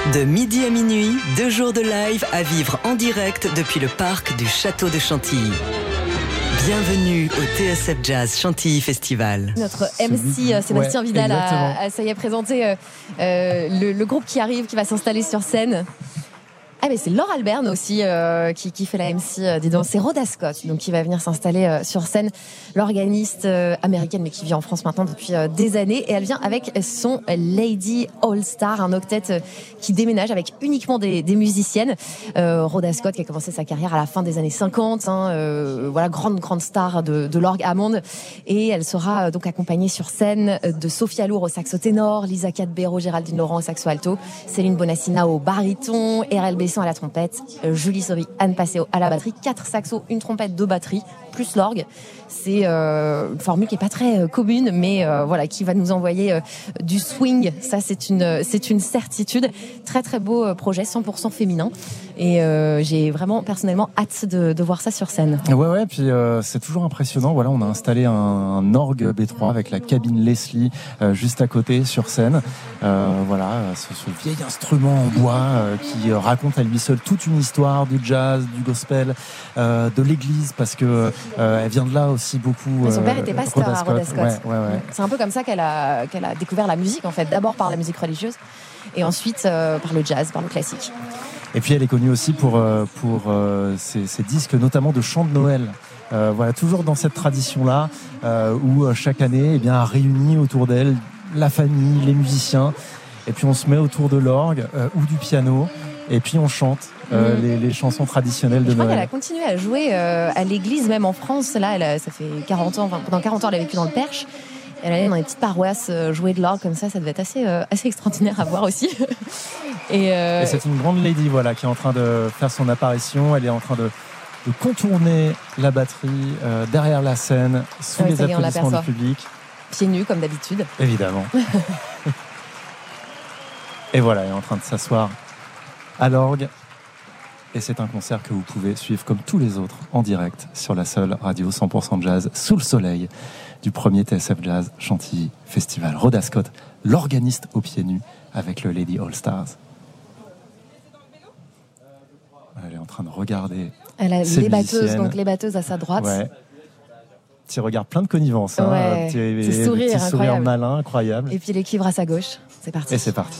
De midi à minuit, 2 jours de live à vivre en direct depuis le parc du Château de Chantilly. Bienvenue au TSF Jazz Chantilly Festival. Notre MC Sébastien Vidal ça y est présenté le groupe qui arrive, qui va s'installer sur scène. Ah mais c'est Laure Alberne aussi qui fait la MC, dis donc, c'est Rhoda Scott donc qui va venir s'installer sur scène, l'organiste américaine mais qui vit en France maintenant depuis des années, et elle vient avec son Lady All Star, un octet qui déménage avec uniquement des musiciennes. Rhoda Scott qui a commencé sa carrière à la fin des années 50, voilà, grande star de l'orgue allemande, et elle sera donc accompagnée sur scène de Sophia Lour au saxo ténor, Lisa Cadbero, Géraldine Laurent au saxo alto, Céline Bonassina au baryton, RL Besson à la trompette, Julie Saury, Anne Passeo à la batterie, 4 saxos, une trompette, 2 batteries, plus l'orgue. C'est une formule qui est pas très commune, mais voilà, qui va nous envoyer du swing. Ça, c'est une certitude. Très très beau projet, 100% féminin. Et j'ai vraiment personnellement hâte de voir ça sur scène. Ouais, puis c'est toujours impressionnant. Voilà, on a installé un orgue B3 avec la cabine Leslie juste à côté sur scène. Voilà, ce vieil instrument en bois qui raconte à lui seul toute une histoire du jazz, du gospel, de l'église, parce que elle vient de là aussi beaucoup. Son père était pasteur à Rhoda Scott. Ouais. C'est un peu comme ça qu'elle a découvert la musique en fait. D'abord par la musique religieuse et ensuite par le jazz, par le classique. Et puis elle est connue aussi pour ses disques, notamment de chants de Noël. Voilà, toujours dans cette tradition-là où chaque année, a réuni autour d'elle la famille, les musiciens, et puis on se met autour de l'orgue ou du piano, et puis on chante les chansons traditionnelles de Noël. Je crois qu'elle a continué à jouer à l'église, même en France. Là, ça fait 40 ans, pendant 40 ans, elle a vécu dans le Perche. Elle allait dans les petites paroisses jouer de l'orgue comme ça devait être assez extraordinaire à voir aussi. Et c'est une grande lady, voilà, qui est en train de faire son apparition. Elle est en train de contourner la batterie derrière la scène, sous les applaudissements du public. Pieds nus, comme d'habitude. Évidemment. Et voilà, elle est en train de s'asseoir à l'orgue. Et c'est un concert que vous pouvez suivre comme tous les autres en direct sur la seule radio 100% jazz sous le soleil du premier TSF Jazz Chantilly Festival. Rhoda Scott, l'organiste aux pieds nus avec le Lady All Stars. Elle est en train de regarder. Elle a les batteuses, donc les batteuses à sa droite. Ouais. Petit regard plein de connivence. Ouais. Petit sourire malin, incroyable. Et puis les cuivres à sa gauche. C'est parti. Et c'est parti.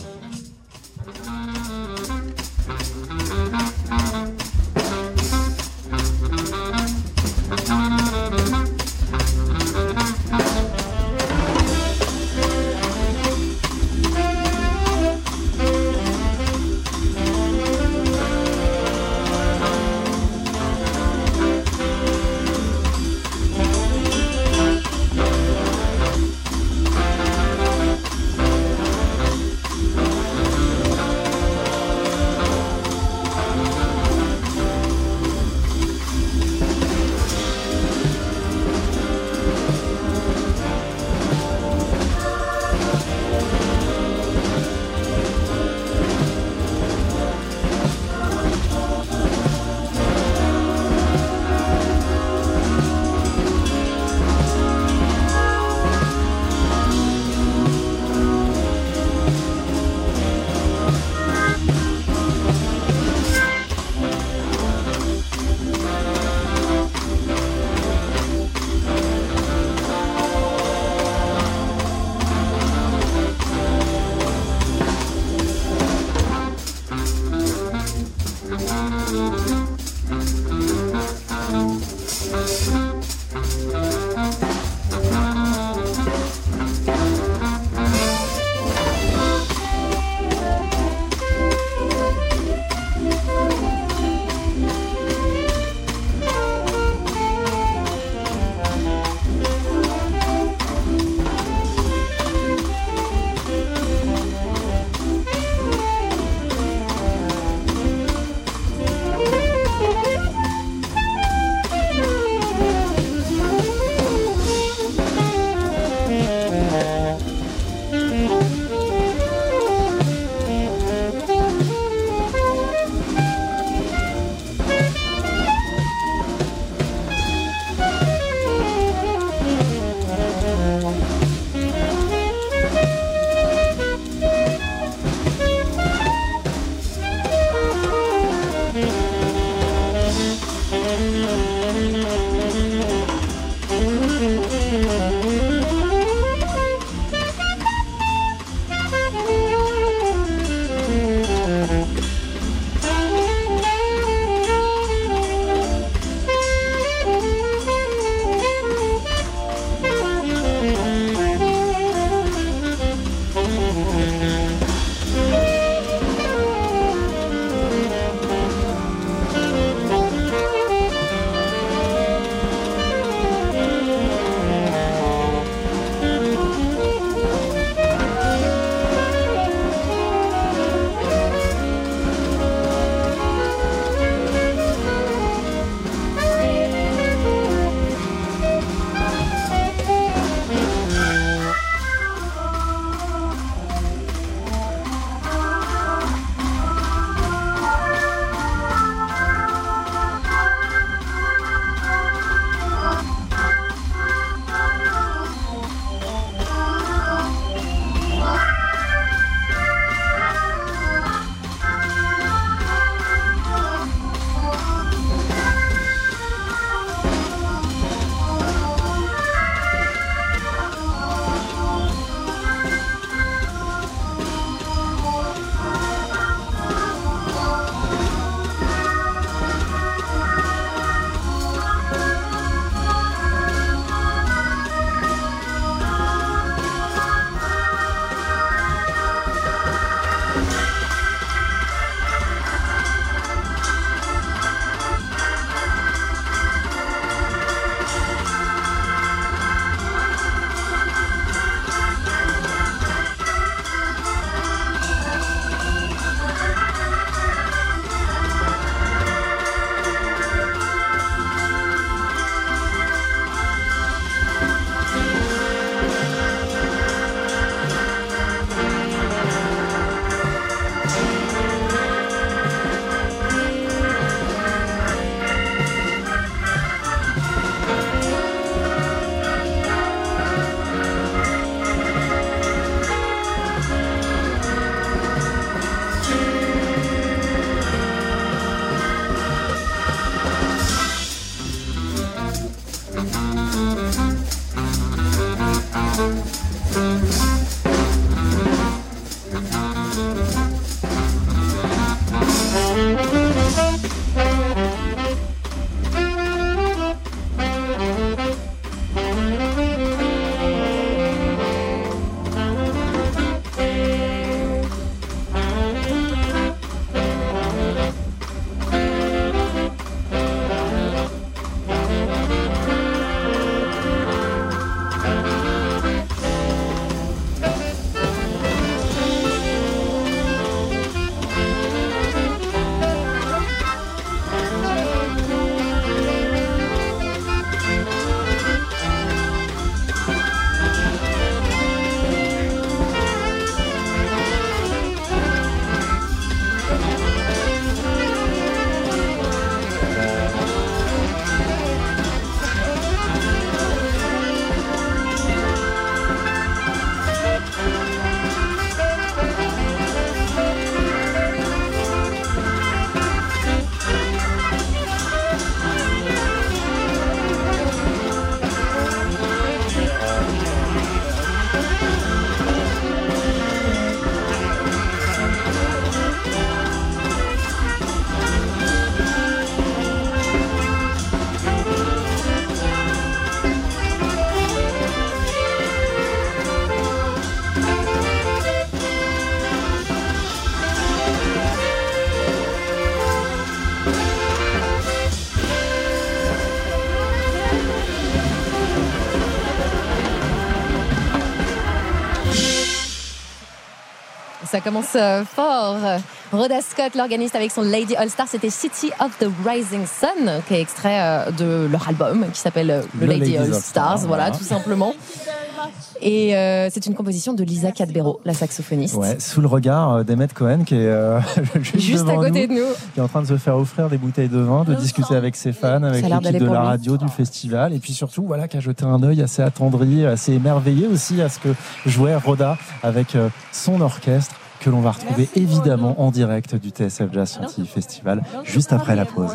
Ça commence fort. Rhoda Scott, l'organiste avec son Lady All Star, c'était City of the Rising Sun, qui est extrait de leur album qui s'appelle le Lady All Stars, voilà, tout simplement. Et c'est une composition de Lisa Cadbero, la saxophoniste. Ouais, sous le regard d'Emmett Cohen qui est juste à côté de nous, qui est en train de se faire offrir des bouteilles de vin, de discuter avec ses fans, avec l'équipe de la radio, du festival, et puis surtout voilà, qui a jeté un œil assez attendri, assez émerveillé aussi à ce que jouait Rhoda avec son orchestre, que l'on va retrouver évidemment en direct du TSF Jazz Chantilly Festival juste après la pause.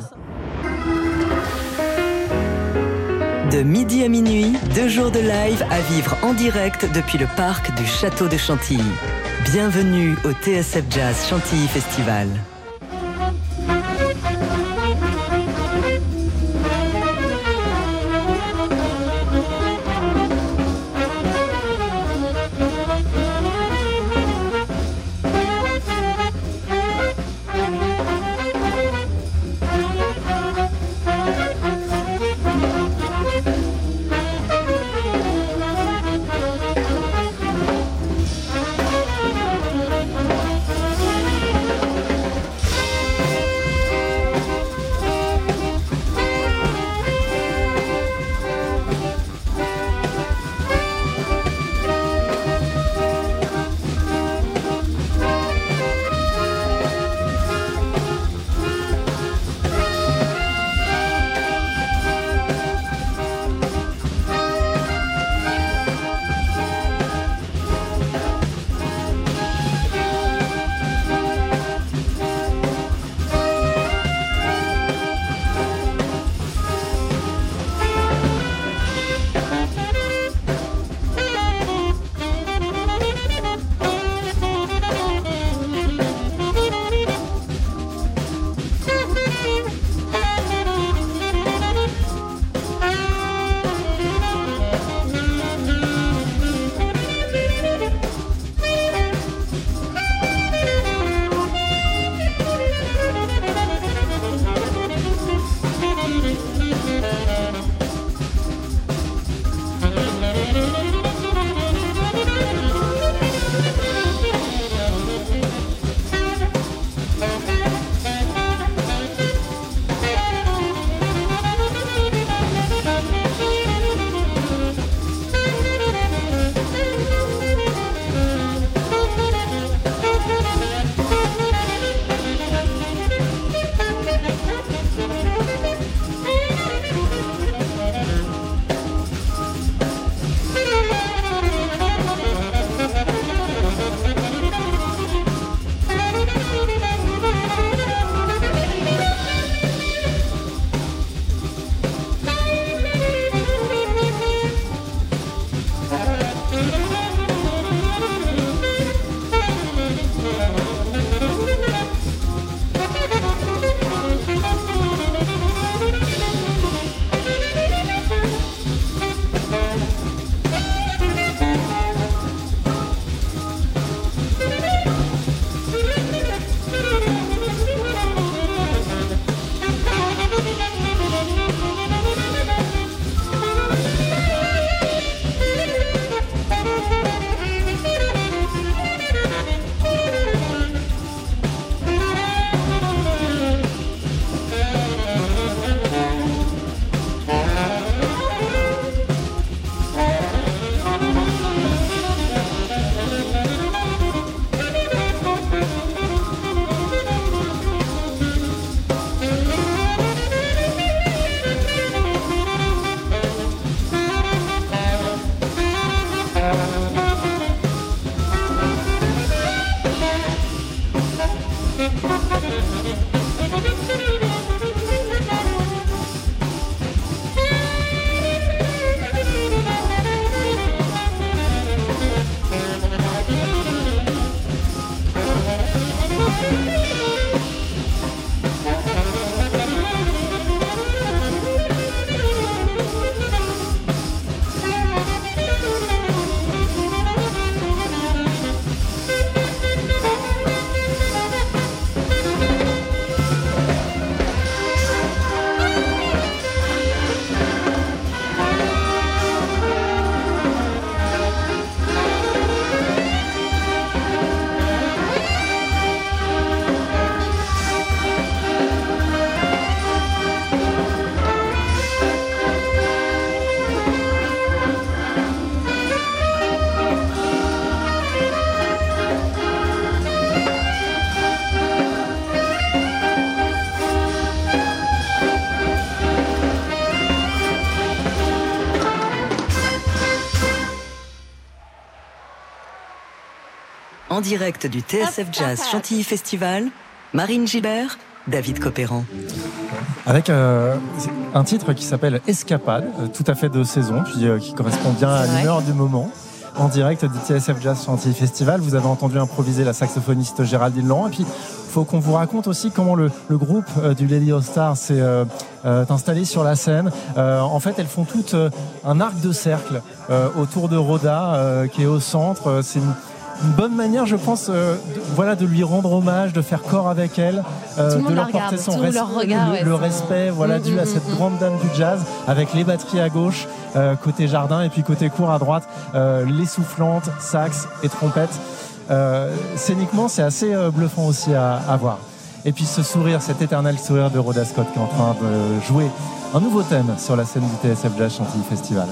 De midi à minuit, 2 jours de live à vivre en direct depuis le parc du Château de Chantilly. Bienvenue au TSF Jazz Chantilly Festival. En direct du TSF Jazz Chantilly Festival, Marine Gibert, David Copéran. Avec un titre qui s'appelle Escapade, tout à fait de saison, puis qui correspond bien à l'humeur du moment. En direct du TSF Jazz Chantilly Festival, vous avez entendu improviser la saxophoniste Géraldine Laurent. Et puis, il faut qu'on vous raconte aussi comment le groupe du Lady All Star s'est installé sur la scène. En fait, elles font toutes un arc de cercle autour de Rhoda, qui est au centre. C'est une bonne manière, je pense, de lui rendre hommage, de faire corps avec elle, de leur porter son le respect dû à cette grande dame du jazz, avec les batteries à gauche, côté jardin, et puis côté cour à droite, les soufflantes, sax et trompettes. Scéniquement, c'est assez bluffant aussi à voir. Et puis ce sourire, cet éternel sourire de Rhoda Scott qui est en train de jouer un nouveau thème sur la scène du TSF Jazz Chantilly Festival.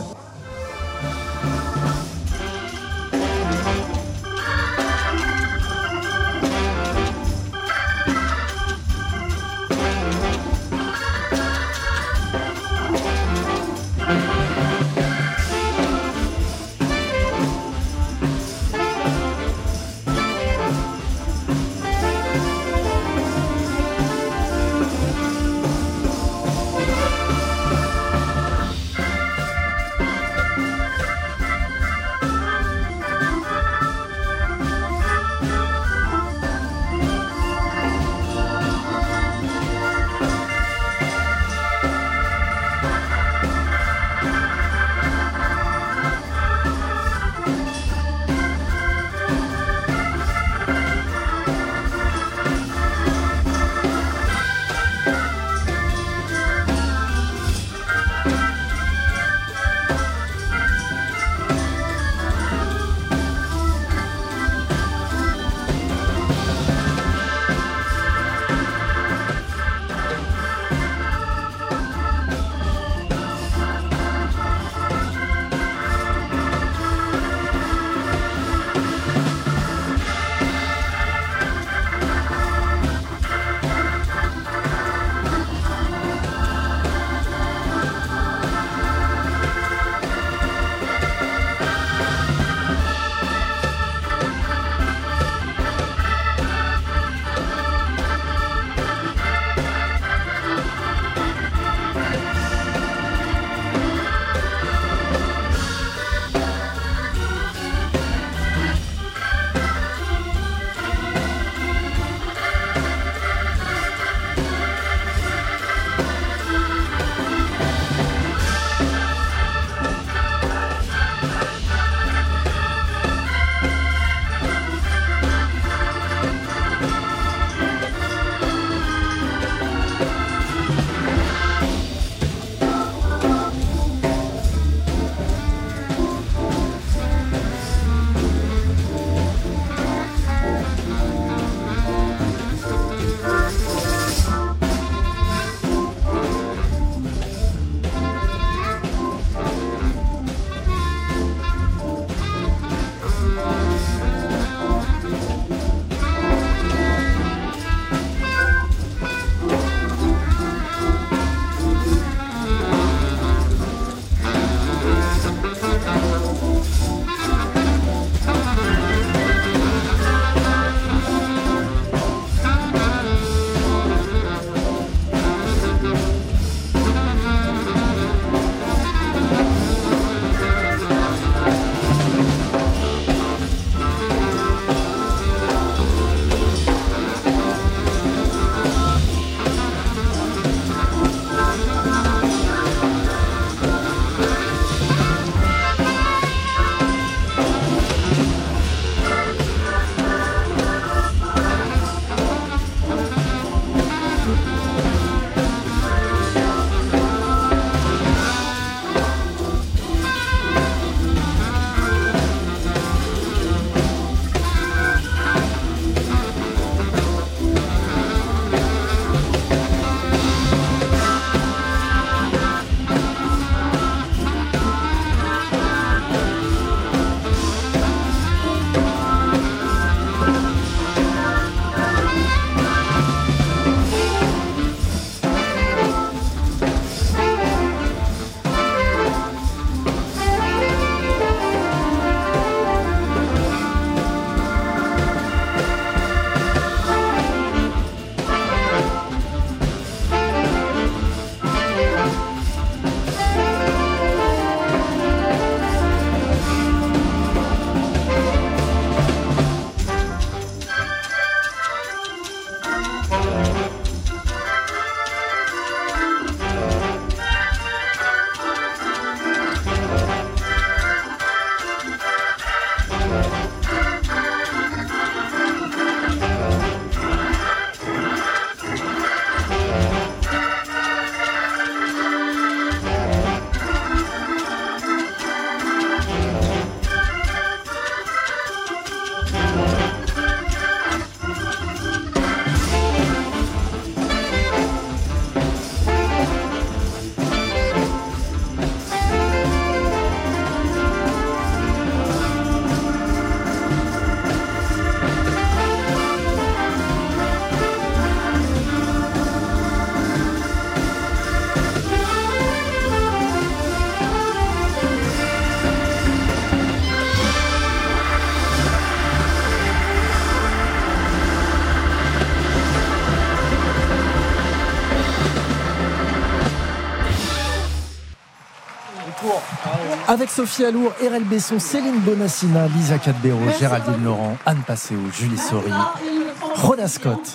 Avec Sophie Allour, Erel Besson, Céline Bonassina, Lisa Cadbero, Géraldine Laurent, Anne Passeo, Julie Sori, Rhoda Scott.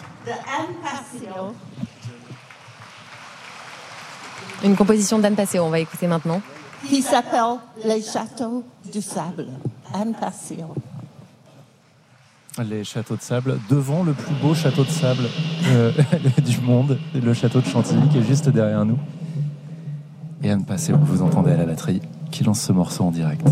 Une composition d'Anne Passeo, on va écouter maintenant. Qui s'appelle Les Châteaux du Sable. Anne Passeo. Les châteaux de sable, devant le plus beau château de sable du monde, le château de Chantilly qui est juste derrière nous. Et Anne Passeo, vous entendez à la batterie, qui lance ce morceau en direct.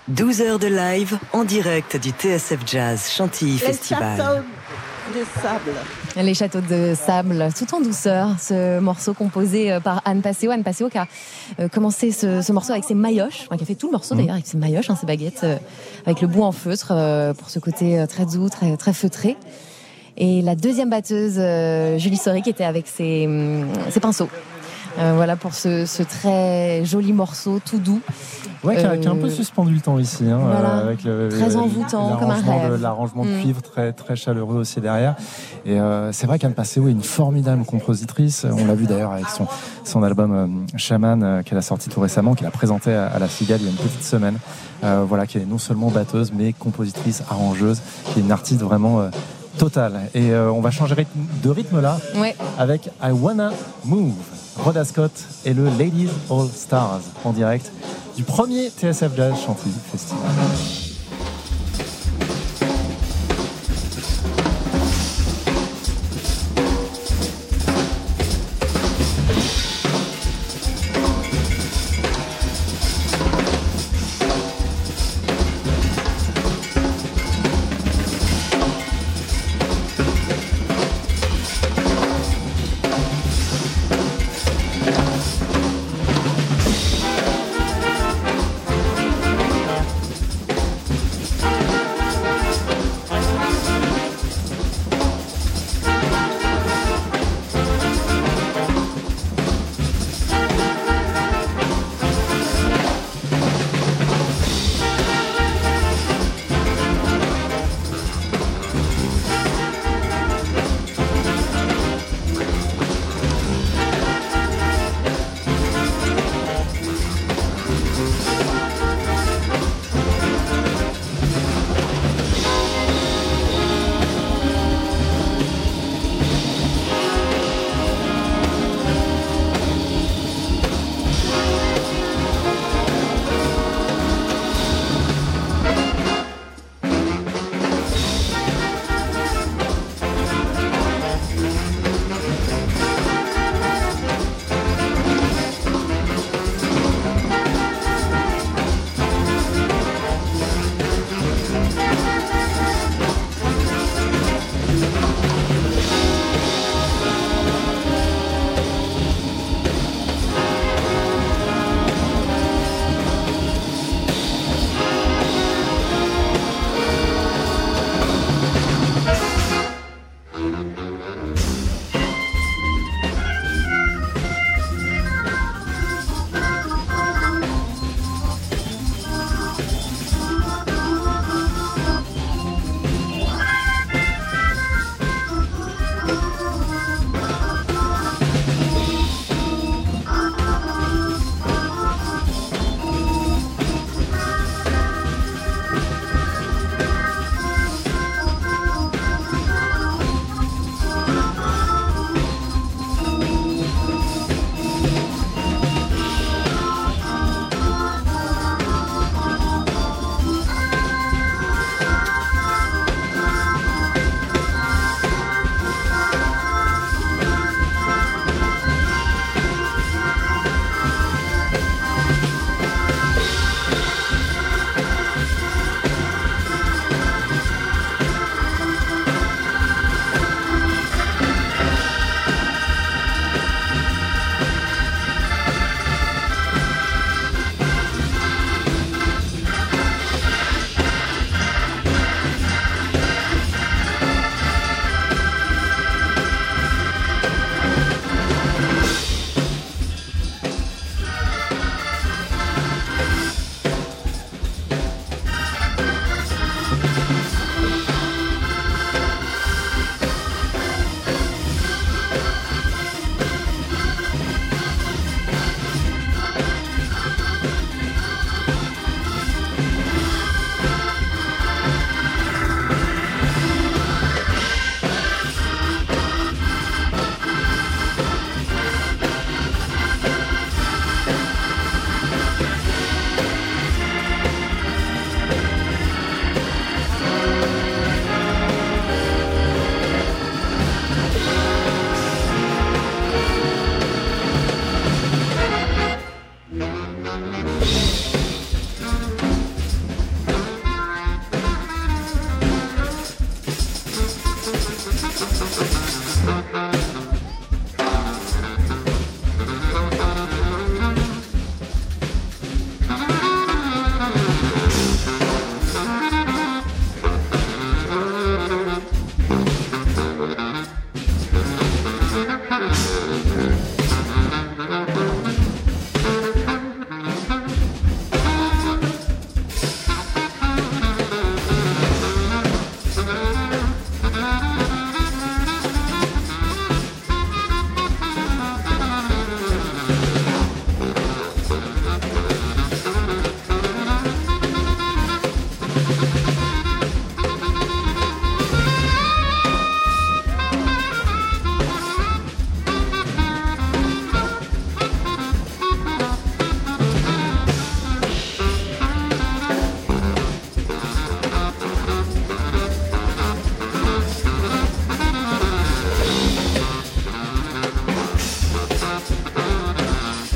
12 heures de live en direct du TSF Jazz Chantilly Festival. De sable. Les châteaux de sable, tout en douceur. Ce morceau composé par Anne Passeo. Anne Passeo qui a commencé ce morceau avec ses maillotches, qui a fait tout le morceau d'ailleurs avec ses maillotches, ses baguettes, avec le bout en feutre pour ce côté très doux, très, très feutré. Et la deuxième batteuse, Julie Saury, qui était avec ses pinceaux. Voilà pour ce très joli morceau, tout doux. Ouais, qui a un peu suspendu le temps ici, voilà, avec très envoûtant, comme un rêve. L'arrangement de cuivre très, très chaleureux aussi derrière. Et c'est vrai qu'Anne Passeo est une formidable compositrice. On l'a vu d'ailleurs avec son album Shaman, qu'elle a sorti tout récemment, qu'elle a présenté à la Cigale il y a une petite semaine. Voilà, qui est non seulement batteuse, mais compositrice, arrangeuse, qui est une artiste vraiment totale. Et on va changer de rythme là, avec I Wanna Move. Rhoda Scott et le Ladies All Stars en direct du premier TSF Jazz Chantilly Festival.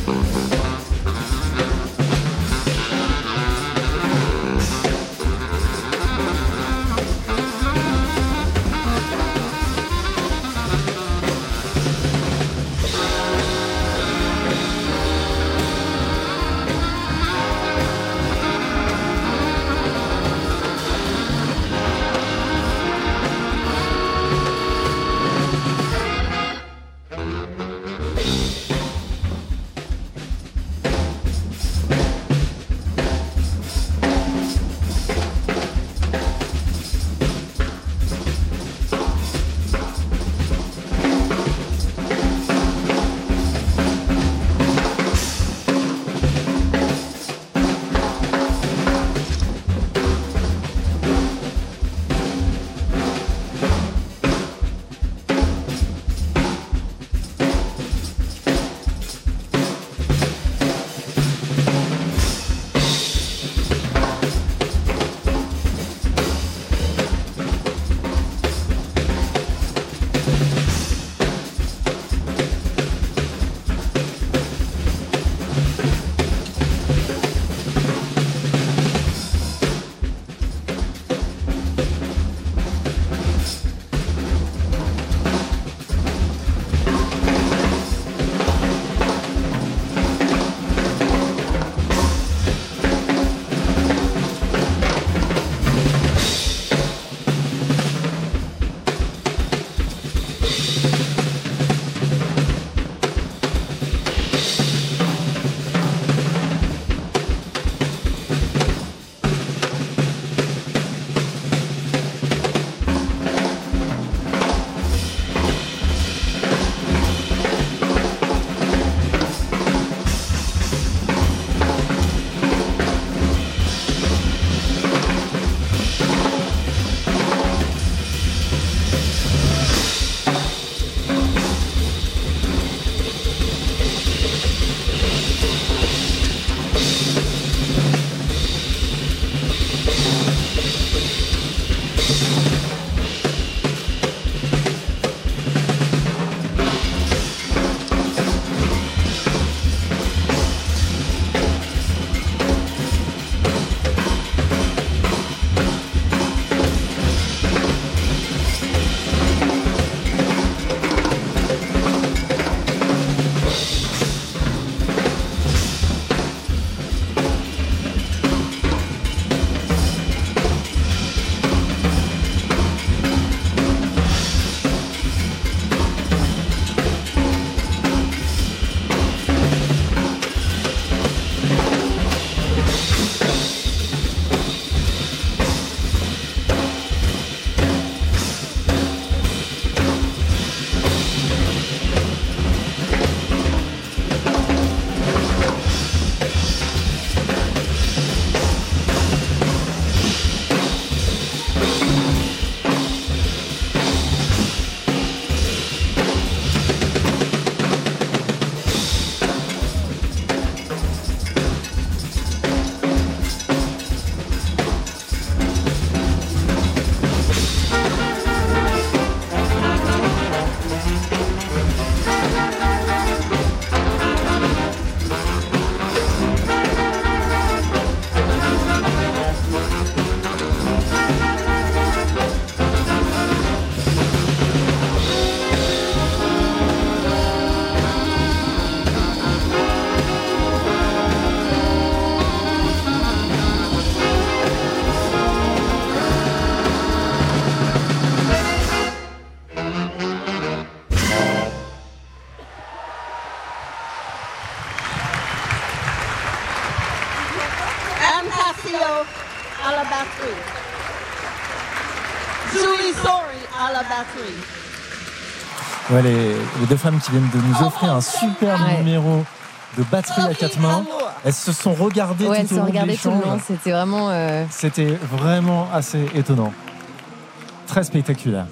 à la batterie. Julie Sorry à la batterie. Ouais, les deux femmes qui viennent de nous offrir un super numéro de batterie à quatre mains. Elles se sont regardées tout au long de l'échange. C'était vraiment... C'était vraiment assez étonnant. Très spectaculaire.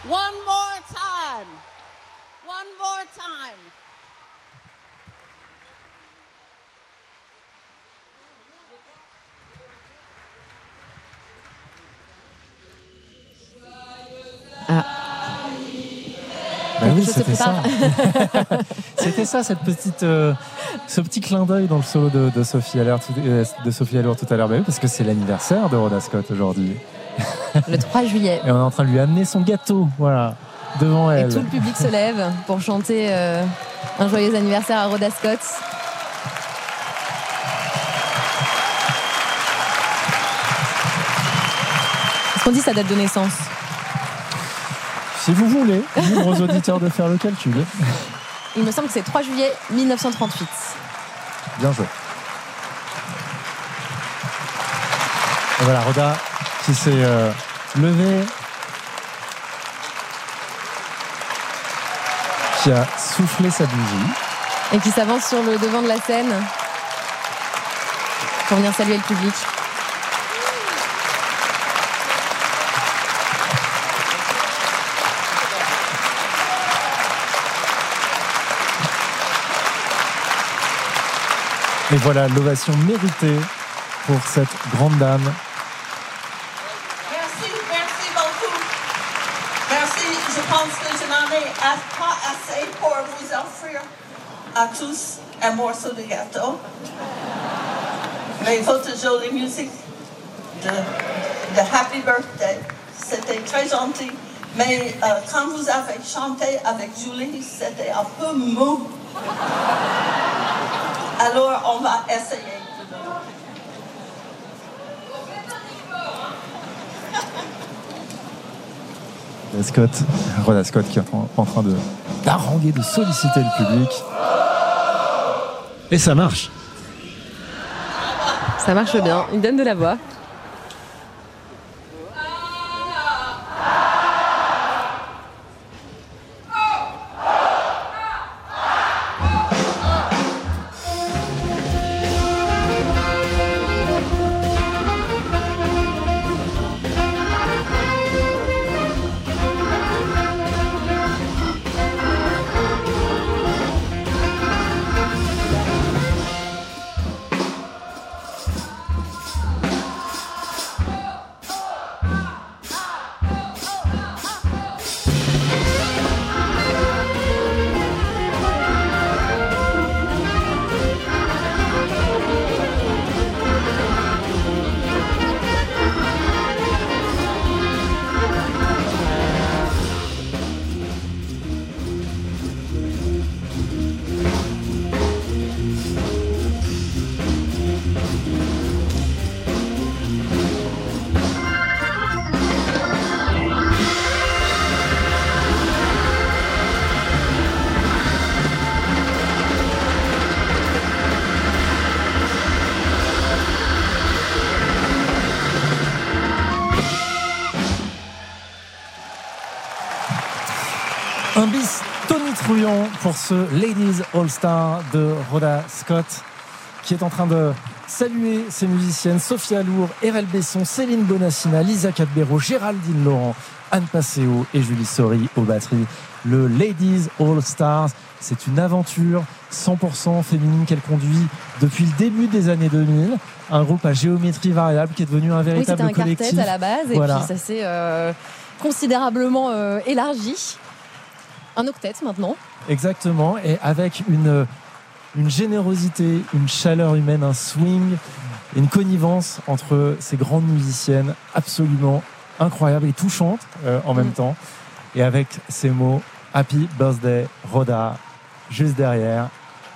One more time. One more time. Ah. Ben oui, c'était ça. C'était ça, ce petit clin d'œil dans le solo de Sophie Allure tout à l'heure. Ben oui, parce que c'est l'anniversaire de Rhoda Scott aujourd'hui. Le 3 juillet. Et on est en train de lui amener son gâteau, voilà, devant elle. Et tout le public se lève pour chanter un joyeux anniversaire à Rhoda Scott. Est-ce qu'on dit sa date de naissance ? Si vous voulez, libre aux auditeurs de faire le calcul. Il me semble que c'est 3 juillet 1938. Bien joué. Et voilà, Rhoda qui s'est levée, qui a soufflé sa bougie. Et qui s'avance sur le devant de la scène pour venir saluer le public. Et voilà, l'ovation méritée pour cette grande dame. Merci beaucoup. Merci, je pense que je n'en ai pas assez pour vous offrir à tous un morceau de gâteau. Mais votre jolie musique de Happy Birthday, c'était très gentil. Mais quand vous avez chanté avec Julie, c'était un peu mou. Alors, on va essayer. Rhoda Scott qui est en train d'haranguer, de solliciter le public. Et ça marche. Ça marche bien, il donne de la voix. Un bis tonitruant pour ce Ladies All-Star de Rhoda Scott qui est en train de saluer ses musiciennes Sophie Allure, Erel Besson, Céline Bonassina, Lisa Cadbero, Géraldine Laurent, Anne Passeo et Julie Sori aux batteries. Le Ladies All-Stars, c'est une aventure 100% féminine qu'elle conduit depuis le début des années 2000. Un groupe à géométrie variable qui est devenu un véritable collectif. C'était un quartet à la base et puis ça s'est considérablement élargi. Un octet maintenant. Exactement, et avec une générosité, une chaleur humaine, un swing, une connivence entre ces grandes musiciennes absolument incroyables et touchantes en même temps. Et avec ces mots Happy Birthday Rhoda juste derrière.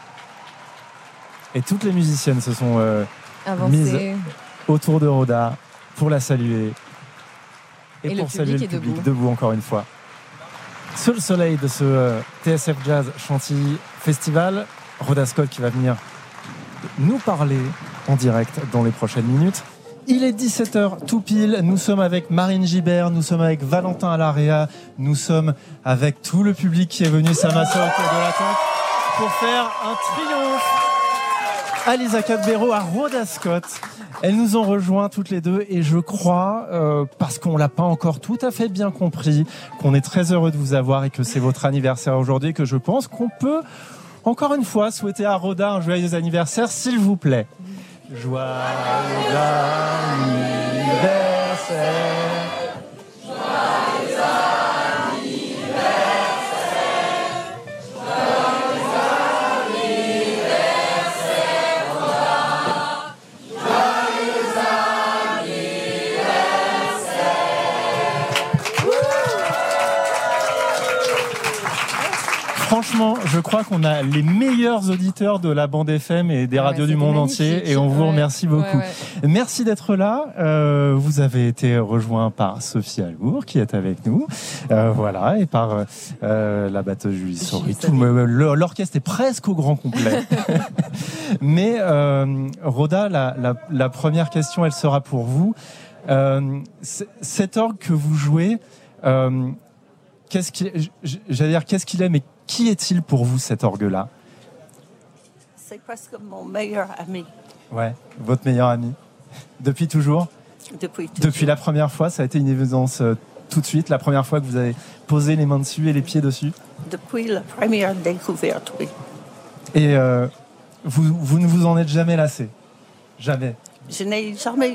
Et toutes les musiciennes se sont mises autour de Rhoda pour la saluer et pour saluer le public debout encore une fois. Sous le soleil de ce TSF Jazz Chantilly Festival, Rhoda Scott qui va venir nous parler en direct dans les prochaines minutes. Il est 17h tout pile, nous sommes avec Marine Gibert, nous sommes avec Valentin Alaria, nous sommes avec tout le public qui est venu s'amasser autour de la tente pour faire un triomphe à Lisa Cadbero, à Rhoda Scott. Elles nous ont rejoints toutes les deux et je crois, parce qu'on l'a pas encore tout à fait bien compris, qu'on est très heureux de vous avoir et que c'est votre anniversaire aujourd'hui, que je pense qu'on peut encore une fois souhaiter à Rhoda un joyeux anniversaire, s'il vous plaît. Joyeux anniversaire. Franchement, je crois qu'on a les meilleurs auditeurs de la bande FM et des radios du monde entier et on vous remercie beaucoup. Merci d'être là. Vous avez été rejoint par Sophie Algour qui est avec nous. Voilà, et par la batteuse Julie Saury. L'orchestre est presque au grand complet. Mais Rhoda, la première question, elle sera pour vous. Cet orgue que vous jouez, qu'est-ce qu'il est, mais qui est-il pour vous, cet orgue-là? C'est presque mon meilleur ami. Ouais, votre meilleur ami. Depuis toujours? Depuis toujours. Depuis la première fois, ça a été une évidence tout de suite, la première fois que vous avez posé les mains dessus et les pieds dessus? Depuis la première découverte, oui. Et vous ne vous en êtes jamais lassé? Jamais? Je n'ai jamais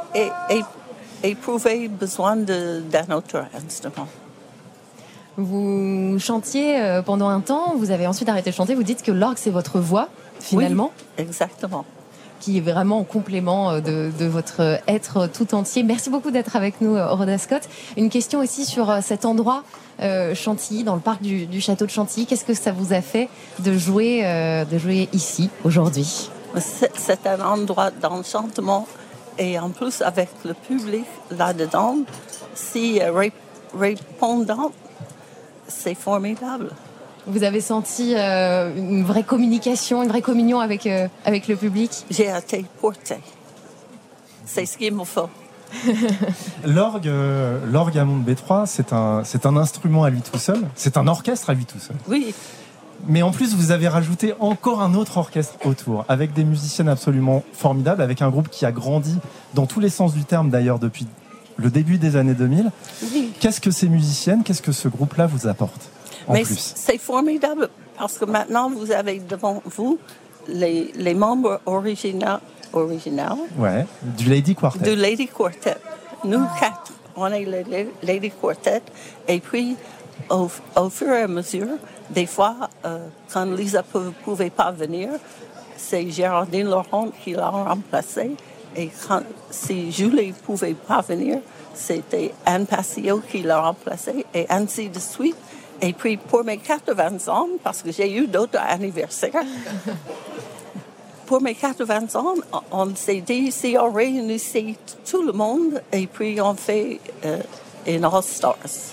éprouvé besoin d'un autre instrument. Vous chantiez pendant un temps, vous avez ensuite arrêté de chanter, vous dites que l'orgue c'est votre voix, finalement. Oui, exactement. Qui est vraiment en complément de votre être tout entier. Merci beaucoup d'être avec nous, Rhoda Scott. Une question aussi sur cet endroit, Chantilly, dans le parc du château de Chantilly. Qu'est-ce que ça vous a fait de jouer ici, aujourd'hui? C'est un endroit d'enchantement et en plus avec le public là-dedans, si répondant, c'est formidable. Vous avez senti une vraie communication, une vraie communion avec le public? J'ai été portée. C'est ce qu'il me faut. L'orgue à Mont-de-Bétrois, c'est un instrument à lui tout seul. C'est un orchestre à lui tout seul. Oui. Mais en plus, vous avez rajouté encore un autre orchestre autour, avec des musiciennes absolument formidables, avec un groupe qui a grandi dans tous les sens du terme d'ailleurs depuis le début des années 2000. Oui. Qu'est-ce que ces musiciennes, qu'est-ce que ce groupe-là vous apporte en plus? C'est formidable parce que maintenant vous avez devant vous les membres originaux. Ouais, du Lady Quartet. Du Lady Quartet. Nous quatre, on est le Lady Quartet. Et puis, au fur et à mesure, des fois, quand Lisa ne pouvait pas venir, c'est Géraldine Laurent qui l'a remplacée. Et si Julie ne pouvait pas venir, c'était Anne Passio qui l'a remplacée, et ainsi de suite. Et puis pour mes 80 ans, parce que j'ai eu d'autres anniversaires, pour mes 80 ans, on s'est dit, si on réunissait tout le monde, et puis on fait une All-Stars.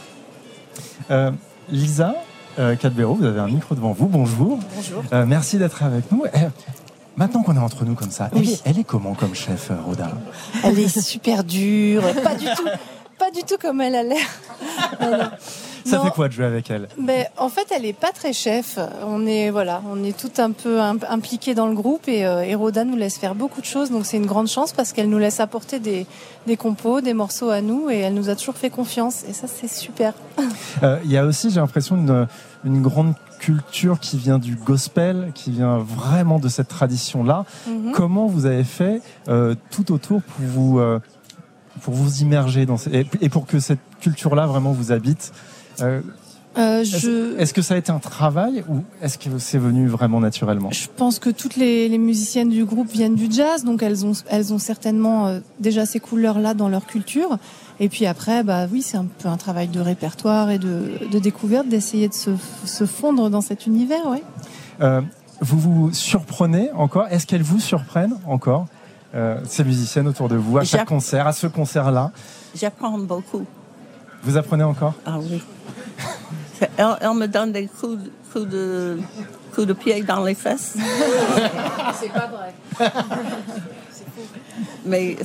Lisa Cadbero, vous avez un micro devant vous. Bonjour. Bonjour. Merci d'être avec nous. Maintenant qu'on est entre nous comme ça, oui. Elle est comment comme chef, Rhoda? Elle est super dure, pas du tout comme elle a l'air. Ça fait quoi de jouer avec elle? Mais en fait, elle est pas très chef. On est tout un peu impliqués dans le groupe et Rhoda nous laisse faire beaucoup de choses. Donc c'est une grande chance parce qu'elle nous laisse apporter des compos, des morceaux à nous et elle nous a toujours fait confiance. Et ça, c'est super. Il y a aussi, j'ai l'impression, une grande culture qui vient du gospel, qui vient vraiment de cette tradition-là. Mm-hmm. Comment vous avez fait tout autour pour vous immerger dans et pour que cette culture-là vraiment vous habite? Est-ce que ça a été un travail ou est-ce que c'est venu vraiment naturellement? Je pense que toutes les musiciennes du groupe viennent du jazz, donc elles ont certainement déjà ces couleurs-là dans leur culture. Et puis après, oui, c'est un peu un travail de répertoire et de découverte, d'essayer de se fondre dans cet univers, oui. Vous vous surprenez encore? Est-ce qu'elles vous surprennent encore, ces musiciennes autour de vous, à chaque concert, à ce concert-là? J'apprends beaucoup. Vous apprenez encore? Ah oui. Elle me donne des coups de pied dans les fesses. C'est pas vrai. C'est fou. Mais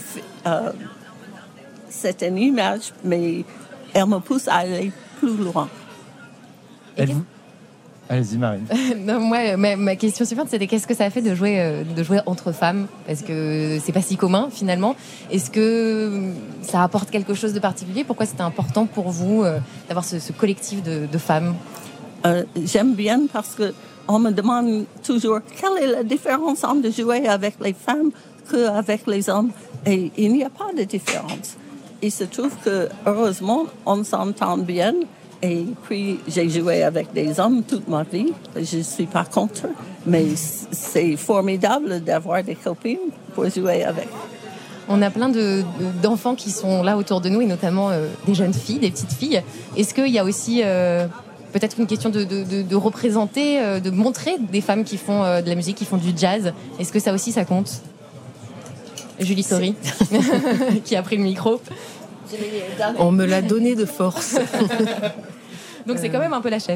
c'est une image, mais elle me pousse à aller plus loin. Allez-y, Marine. Non, moi, ma question suivante, c'était qu'est-ce que ça a fait de jouer entre femmes? Parce que c'est pas si commun, finalement. Est-ce que ça apporte quelque chose de particulier? Pourquoi c'était important pour vous d'avoir ce collectif de femmes? J'aime bien parce qu'on me demande toujours quelle est la différence entre jouer avec les femmes qu'avec les hommes. Et il n'y a pas de différence. Il se trouve que, heureusement, on s'entend bien. Et puis, j'ai joué avec des hommes toute ma vie. Je ne suis pas contre. Mais c'est formidable d'avoir des copines pour jouer avec. On a plein d'enfants qui sont là autour de nous, et notamment des jeunes filles, des petites filles. Est-ce qu'il y a aussi peut-être une question de représenter, de montrer des femmes qui font de la musique, qui font du jazz? Est-ce que ça aussi, ça compte? Julie Sori, qui a pris le micro. On me l'a donné de force. Donc c'est quand même un peu la chef.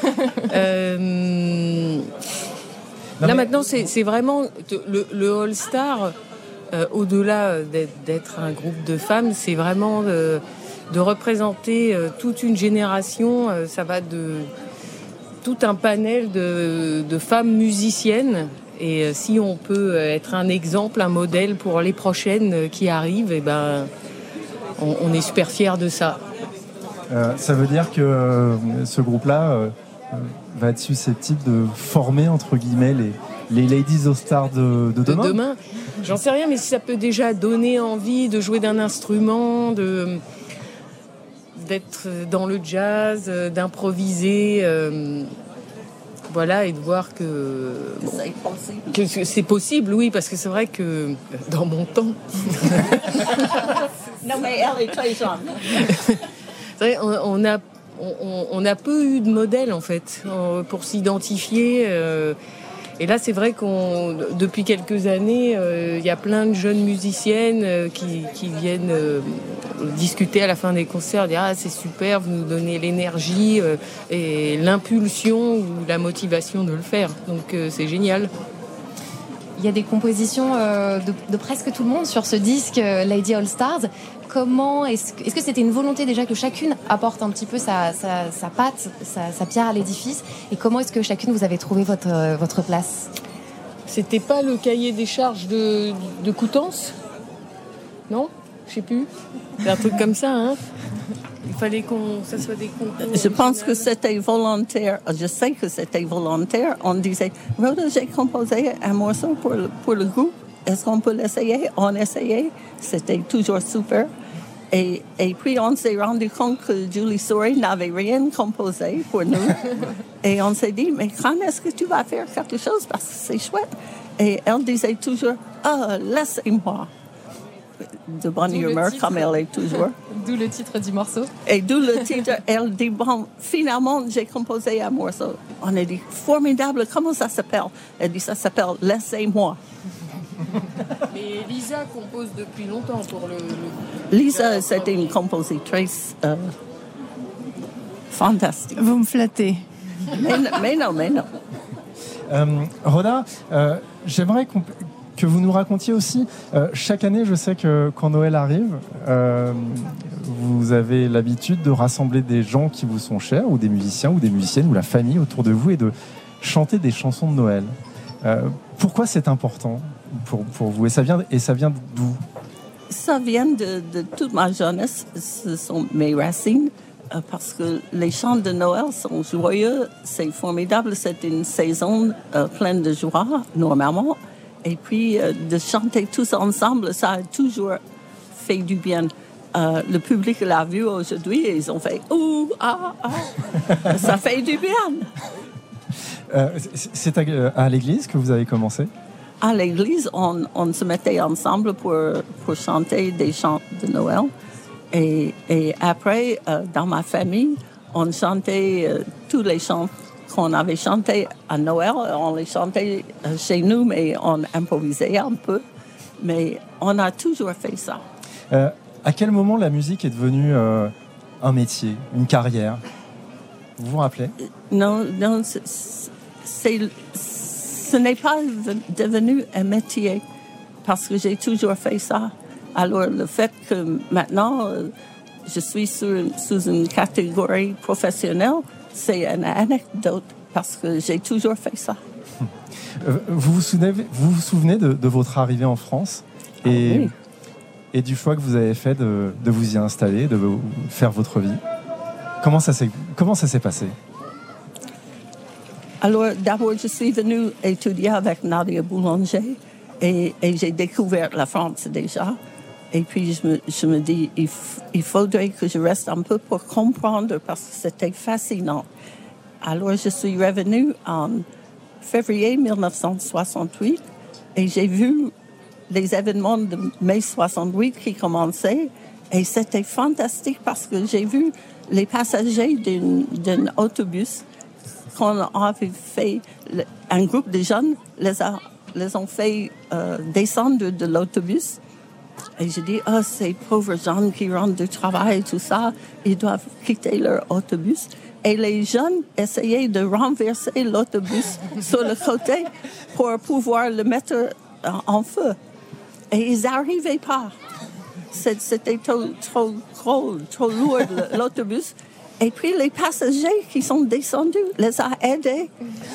Là maintenant, c'est vraiment le All Star. Au-delà d'être un groupe de femmes, c'est vraiment de représenter toute une génération. Ça va de tout un panel de femmes musiciennes. Et si on peut être un exemple, un modèle pour les prochaines qui arrivent, et ben, on est super fiers de ça. Ça veut dire que ce groupe-là va être susceptible de former, entre guillemets, les Ladies All Stars de demain. De demain, j'en sais rien, mais si ça peut déjà donner envie de jouer d'un instrument, d'être dans le jazz, d'improviser... Voilà, et de voir que c'est possible, oui, parce que c'est vrai que dans mon temps... Non, mais elle est très jeune. C'est vrai, on a peu eu de modèles, en fait, pour s'identifier. Et là, c'est vrai depuis quelques années, il y a plein de jeunes musiciennes qui viennent discuter à la fin des concerts, dire « Ah, c'est super, vous nous donnez l'énergie et l'impulsion ou la motivation de le faire. » Donc, c'est génial. Il y a des compositions de presque tout le monde sur ce disque Lady All Stars. Comment est-ce que c'était une volonté déjà que chacune apporte un petit peu sa patte, sa pierre à l'édifice, et comment est-ce que chacune vous avez trouvé votre place? C'était pas le cahier des charges de Coutances? Non? Je sais plus. C'est un truc comme ça, hein? Il fallait ça soit des concours. Je pense que c'était volontaire. Je sais que c'était volontaire. On disait, Rhoda, j'ai composé un morceau pour le groupe. Est-ce qu'on peut l'essayer? On essayait. C'était toujours super. Et puis, on s'est rendu compte que Julie Sori n'avait rien composé pour nous. Et on s'est dit, mais quand est-ce que tu vas faire quelque chose? Parce que c'est chouette. Et elle disait toujours, laissez-moi. De bonne humeur, comme elle est toujours. D'où le titre du morceau. Et d'où le titre. Elle dit, bon, finalement, j'ai composé un morceau. On a dit, formidable, comment ça s'appelle? Elle dit, ça s'appelle « Laissez-moi ». Mais Lisa compose depuis longtemps pour le... Lisa, c'était une compositrice fantastique. Vous me flattez. Mais non. Rhoda, j'aimerais que vous nous racontiez aussi, chaque année, je sais que quand Noël arrive, vous avez l'habitude de rassembler des gens qui vous sont chers, ou des musiciens, ou des musiciennes, ou la famille autour de vous, et de chanter des chansons de Noël. Pourquoi c'est important pour vous, et ça vient d'où? Ça vient de toute ma jeunesse. Ce sont mes racines, parce que les chants de Noël sont joyeux, c'est formidable, c'est une saison pleine de joie, normalement. Et puis, de chanter tous ensemble, ça a toujours fait du bien. Le public l'a vu aujourd'hui et ils ont fait « Ouh, ah, ah !» Ça fait du bien. C'est à l'église que vous avez commencé? À l'église, on se mettait ensemble pour chanter des chants de Noël. Et après, dans ma famille, on chantait tous les chants qu'on avait chanté à Noël, on les chantait chez nous, mais on improvisait un peu. Mais on a toujours fait ça. À quel moment la musique est devenue un métier, une carrière? Vous vous rappelez? Non, ce n'est pas devenu un métier parce que j'ai toujours fait ça. Alors, le fait que maintenant, je suis sous une catégorie professionnelle, c'est une anecdote parce que j'ai toujours fait ça. Vous vous souvenez de votre arrivée en France oui. Et du choix que vous avez fait de vous y installer, de faire votre vie. Comment ça s'est passé? Alors, d'abord, je suis venue étudier avec Nadia Boulanger et j'ai découvert la France déjà. Et puis, je me dis, il faudrait que je reste un peu pour comprendre parce que c'était fascinant. Alors, je suis revenue en février 1968 et j'ai vu les événements de mai 68 qui commençaient et c'était fantastique parce que j'ai vu les passagers d'un autobus qu'on avait fait, un groupe de jeunes les ont fait descendre de l'autobus. Et je dis, ces pauvres gens qui rentrent du travail, tout ça, ils doivent quitter leur autobus. Et les jeunes essayaient de renverser l'autobus sur le côté pour pouvoir le mettre en feu. Et ils n'arrivaient pas. C'était trop lourd, l'autobus. Et puis les passagers qui sont descendus les ont aidés.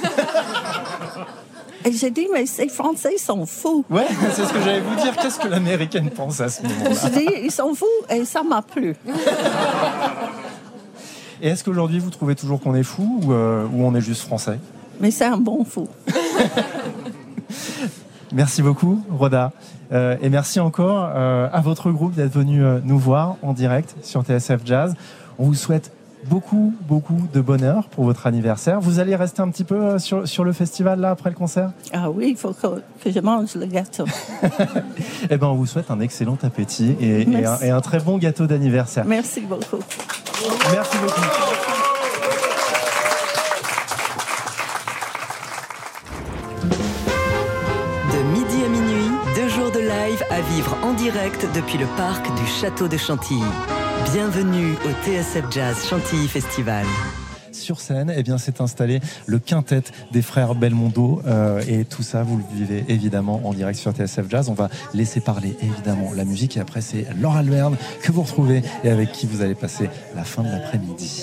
Et j'ai dit, mais ces Français sont fous. Ouais, c'est ce que j'allais vous dire. Qu'est-ce que l'Américaine pense à ce moment-là? Je dis, ils sont fous et ça m'a plu. Et est-ce qu'aujourd'hui, vous trouvez toujours qu'on est fou ou on est juste français? Mais c'est un bon fou. Merci beaucoup, Rhoda. Et merci encore à votre groupe d'être venu nous voir en direct sur TSF Jazz. On vous souhaite beaucoup de bonheur pour votre anniversaire. Vous allez rester un petit peu sur le festival là après le concert? Ah oui, il faut que je mange le gâteau. Eh ben, on vous souhaite un excellent appétit et un très bon gâteau d'anniversaire. Merci beaucoup. Merci beaucoup. De midi à minuit, 2 jours de live à vivre en direct depuis le parc du Château de Chantilly. Bienvenue au TSF Jazz Chantilly Festival. Sur scène, eh bien, s'est installé le quintet des frères Belmondo et tout ça, vous le vivez évidemment en direct sur TSF Jazz. On va laisser parler évidemment la musique et après c'est Laura Alberne que vous retrouvez et avec qui vous allez passer la fin de l'après-midi.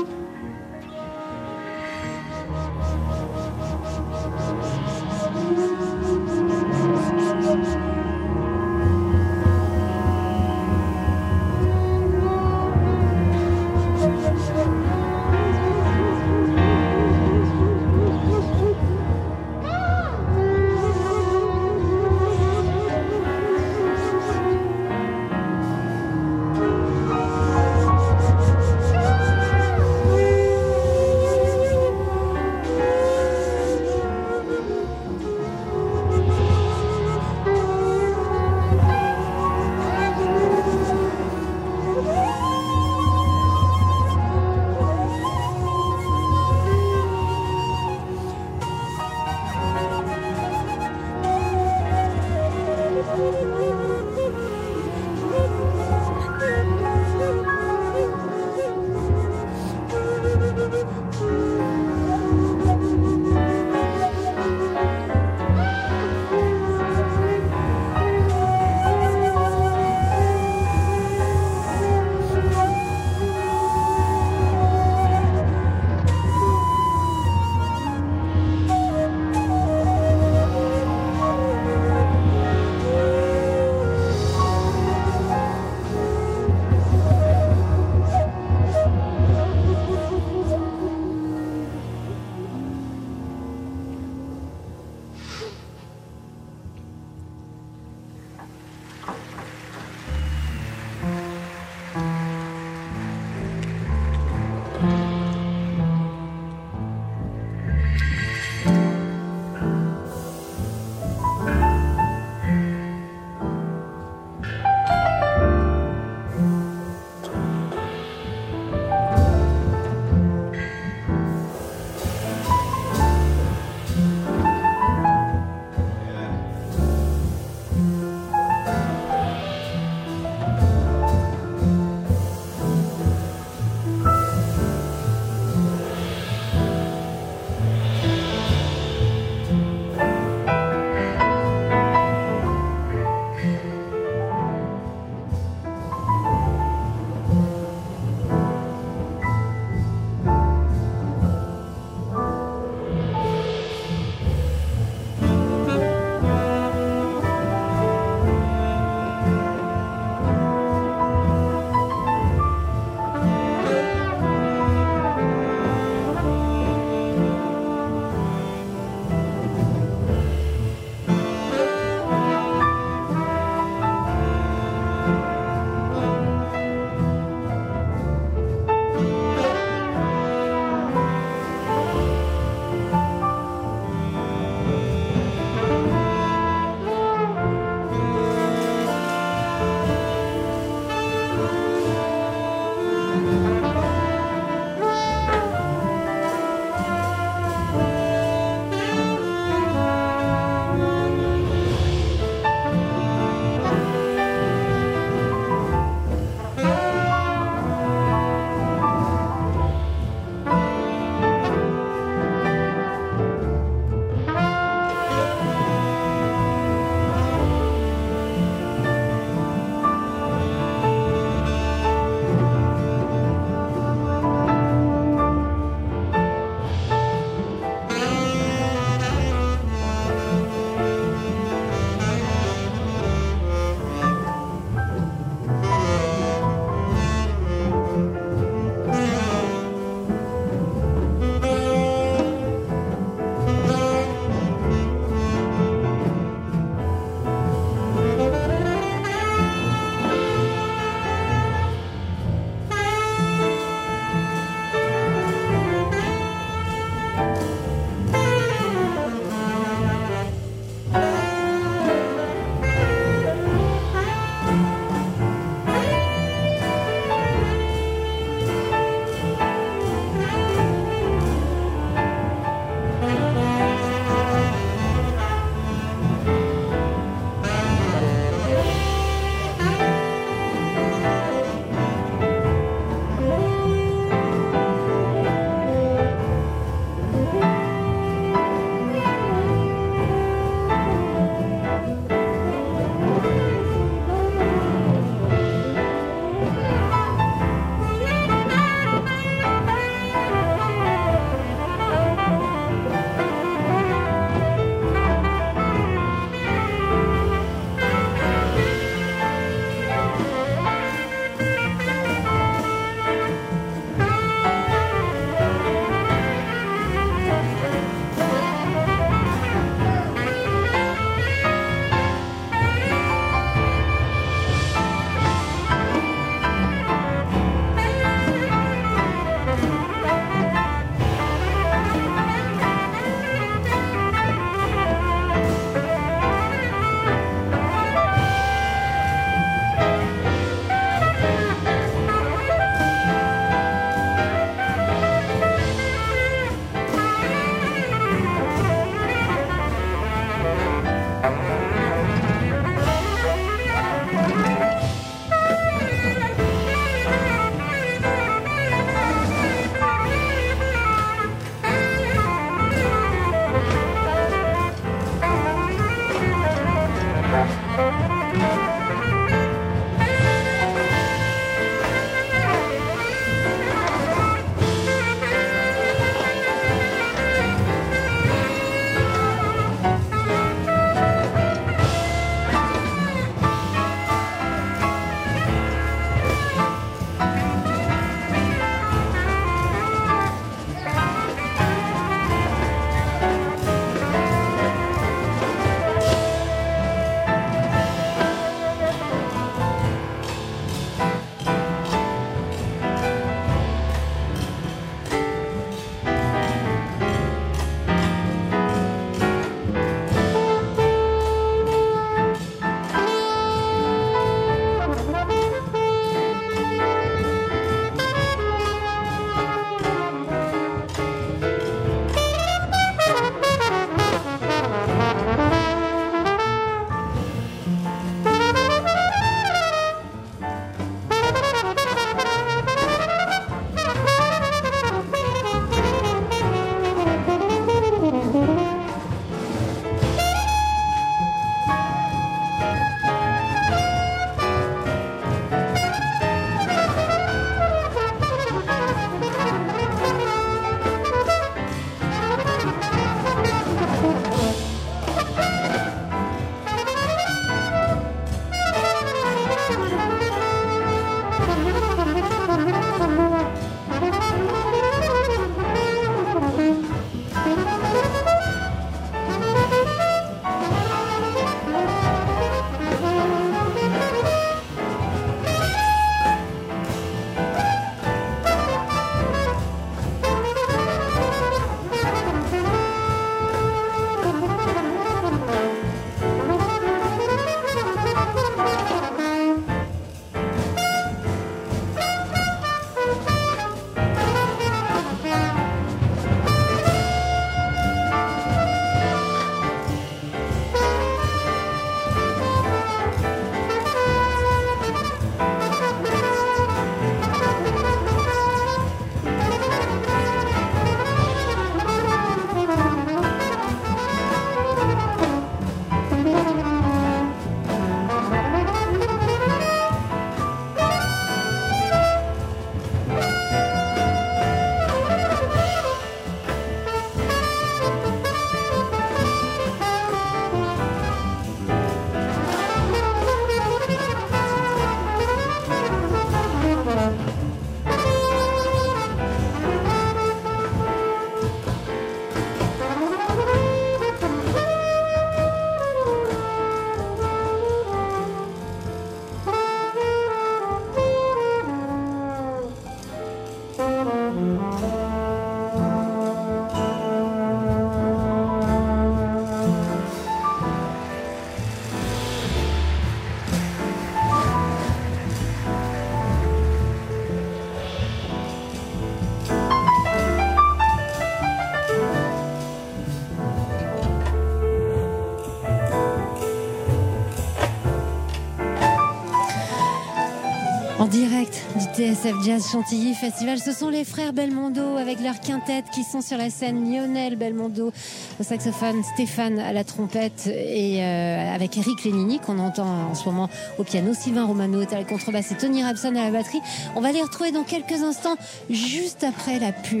En direct du TSF Jazz Chantilly Festival, ce sont les frères Belmondo avec leur quintette qui sont sur la scène. Lionel Belmondo au saxophone, Stéphane à la trompette et avec Eric Lénini qu'on entend en ce moment au piano, Sylvain Romano est à la contrebasse et Tony Rabson à la batterie. On va les retrouver dans quelques instants, juste après la pub.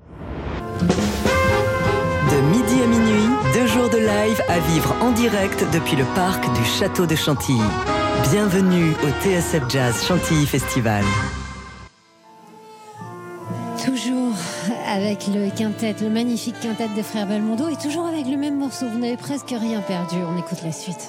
De midi à minuit, 2 jours de live à vivre en direct depuis le parc du Château de Chantilly. Bienvenue au TSF Jazz Chantilly Festival. Toujours avec le quintet, le magnifique quintet des frères Belmondo et toujours avec le même morceau. Vous n'avez presque rien perdu. On écoute la suite.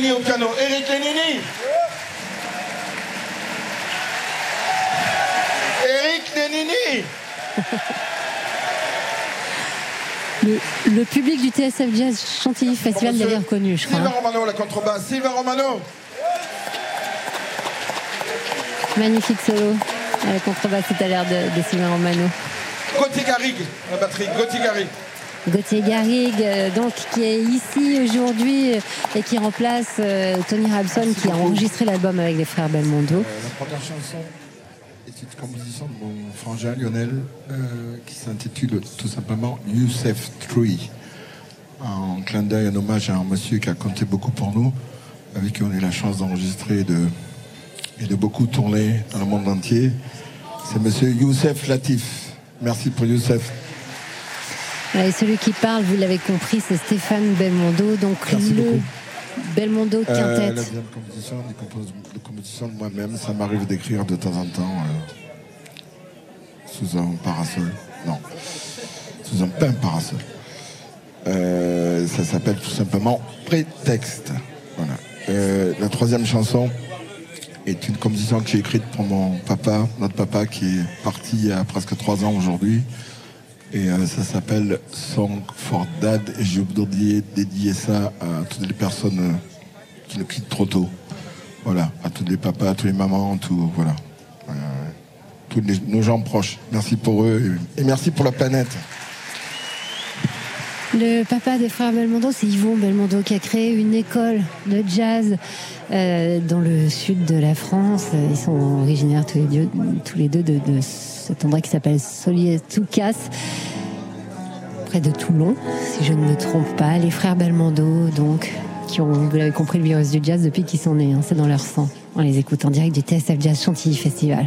Lénini au piano. Eric Lénini. Eric Lénini. Le public du TSF Jazz Chantilly Festival l'avait reconnu, je crois. Sylvain Romano, la contrebasse. Sylvain Romano. Magnifique solo. La contrebasse tout à l'heure de Sylvain Romano. Gauthier Garrigue, la batterie. Gauthier Garrigue. Gauthier Garrigue, donc, qui est ici aujourd'hui et qui remplace Tony Rabson, qui a enregistré l'album avec les frères Belmondo. La première chanson est une composition de mon frangin Lionel qui s'intitule tout simplement Youssef Tree, en clin d'œil, un hommage à un monsieur qui a compté beaucoup pour nous, avec qui on a eu la chance d'enregistrer et de beaucoup tourner dans le monde entier. C'est monsieur Youssef Latif. Merci pour Youssef. Et celui qui parle, vous l'avez compris, c'est Stéphane Belmondo, donc le Belmondo Quintet. La deuxième composition de moi-même, ça m'arrive d'écrire de temps en temps sous un parasol. Non, sous un pain parasol. Ça s'appelle tout simplement Prétexte. Voilà. La troisième chanson est une composition que j'ai écrite pour mon papa, notre papa qui est parti il y a presque 3 ans aujourd'hui. Et ça s'appelle Song for Dad. Et je voudrais dédier ça à toutes les personnes qui nous quittent trop tôt. Voilà, à tous les papas, à tous les mamans, voilà. Tous nos gens proches. Merci pour eux et merci pour la planète. Le papa des frères Belmondo, c'est Yvon Belmondo, qui a créé une école de jazz dans le sud de la France. Ils sont originaires tous les deux de cet endroit qui s'appelle Solier-Toucas, près de Toulon, si je ne me trompe pas. Les frères Belmondo, donc, qui ont, vous l'avez compris, le virus du jazz depuis qu'ils sont nés. Hein, c'est dans leur sang. On les écoute en direct du TSF Jazz Chantilly Festival.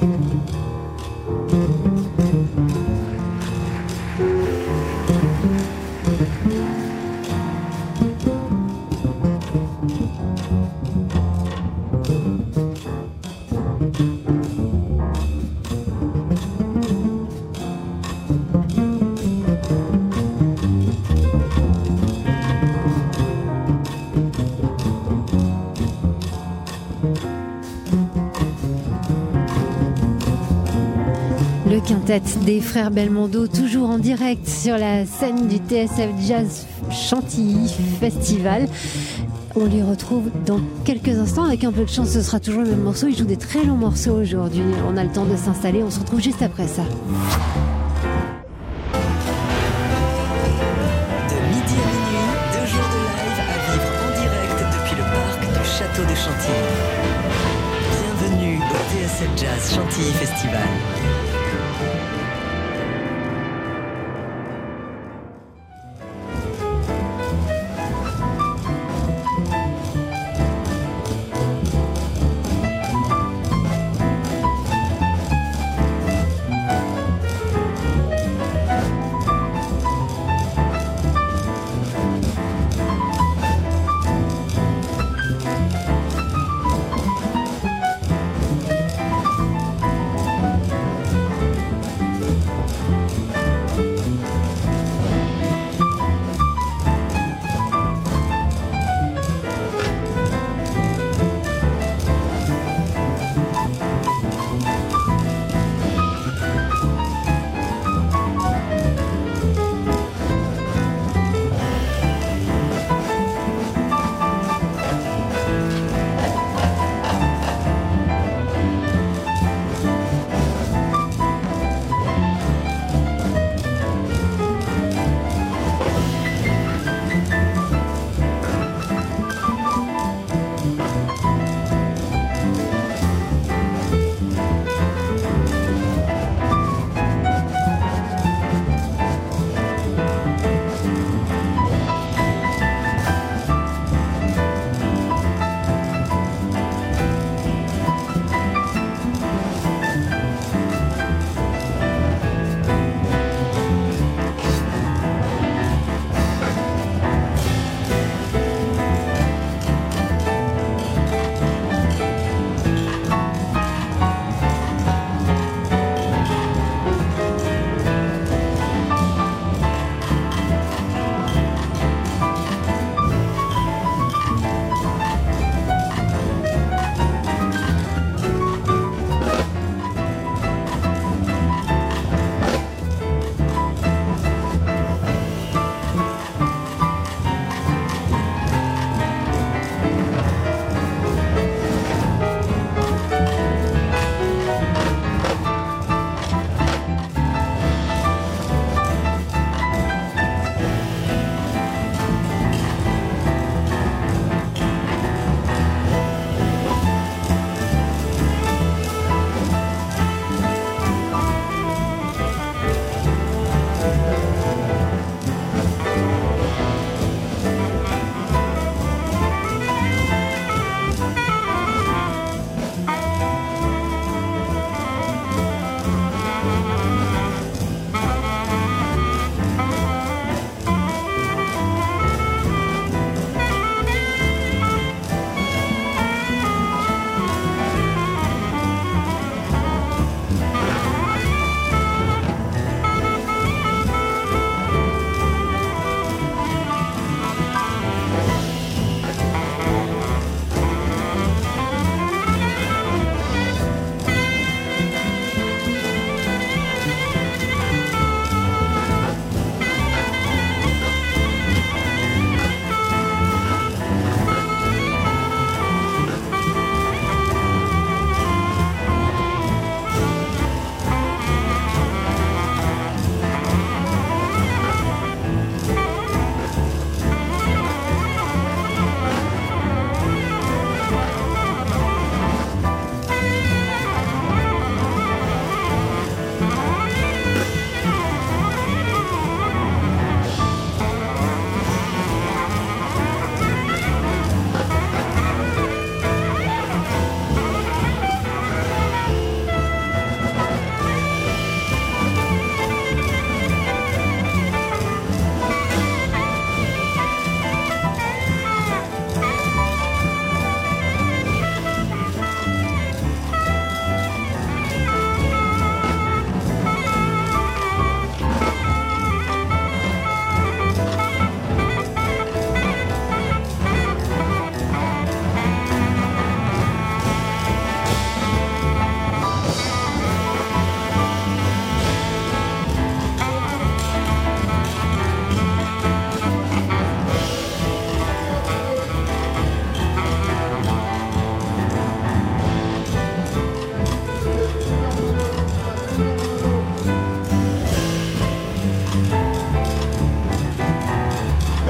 Le quintet des frères Belmondo, toujours en direct sur la scène du TSF Jazz Chantilly Festival. On les retrouve dans quelques instants. Avec un peu de chance, ce sera toujours le même morceau. Ils jouent des très longs morceaux aujourd'hui. On a le temps de s'installer. On se retrouve juste après ça. De midi à minuit, 2 jours de live à vivre en direct depuis le parc du Château de Chantilly. Bienvenue au TSF Jazz Chantilly Festival.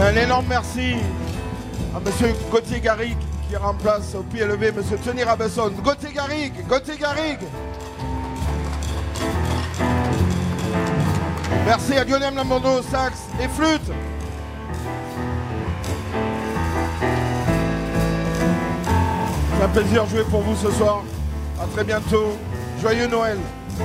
Un énorme merci à monsieur Gauthier Garrigue qui remplace au pied levé monsieur Tony Rabesson. Gauthier Garrigue. Merci à Lionel Belmondo, sax et flûte. C'est un plaisir de jouer pour vous ce soir. À très bientôt. Joyeux Noël.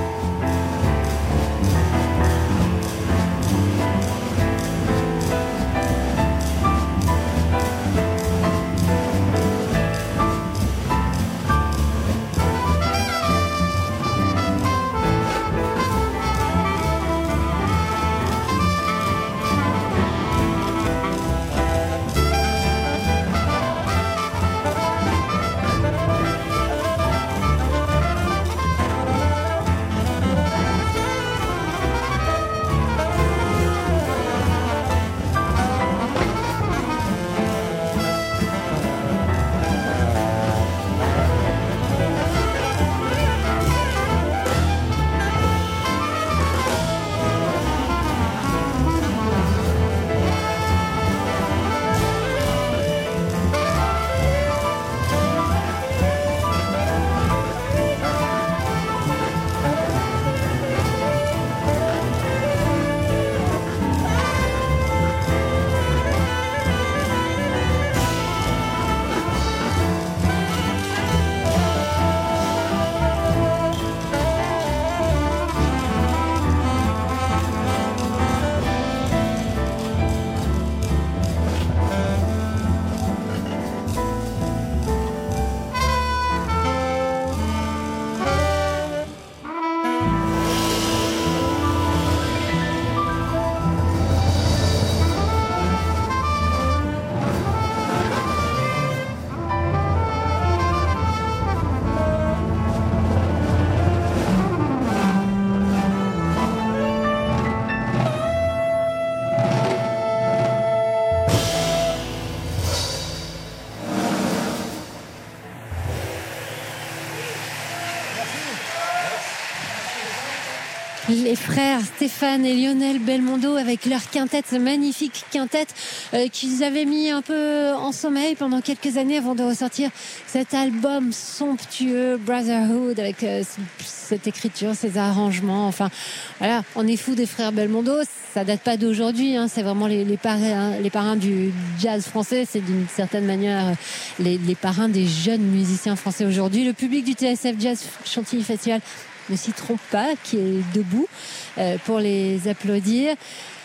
Les frères Stéphane et Lionel Belmondo avec leur quintette, ce magnifique quintette qu'ils avaient mis un peu en sommeil pendant quelques années avant de ressortir cet album somptueux Brotherhood avec cette écriture, ces arrangements. Voilà, on est fous des frères Belmondo. Ça date pas d'aujourd'hui, c'est vraiment les parrains du jazz français. C'est d'une certaine manière les parrains des jeunes musiciens français aujourd'hui. Le public du TSF Jazz Chantilly Festival ne s'y trompe pas, qui est debout pour les applaudir.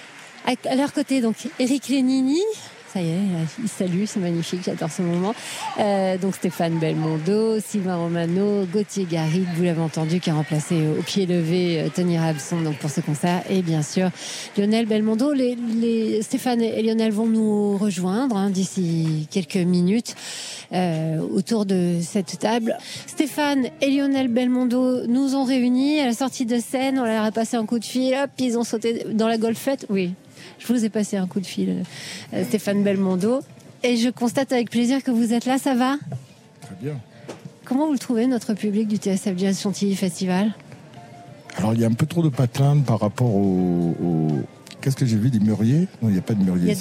À leur côté, donc, Éric Lénini. Ça y est, il salue, c'est magnifique, j'adore ce moment. Donc Stéphane Belmondo, Sylvain Romano, Gauthier Garrigue, vous l'avez entendu, qui a remplacé au pied levé Tony Rabesson donc pour ce concert. Et bien sûr, Lionel Belmondo. Stéphane et Lionel vont nous rejoindre d'ici quelques minutes autour de cette table. Stéphane et Lionel Belmondo nous ont réunis à la sortie de scène. On leur a passé un coup de fil, hop, ils ont sauté dans la golfette. Oui. Je vous ai passé un coup de fil, Stéphane Belmondo. Et je constate avec plaisir que vous êtes là, ça va ? Très bien. Comment vous le trouvez, notre public du TSF Jazz Chantilly Festival ? Alors, il y a un peu trop de patins par rapport au... Qu'est-ce que j'ai vu, des mûriers ? Non, il n'y a pas de mûriers.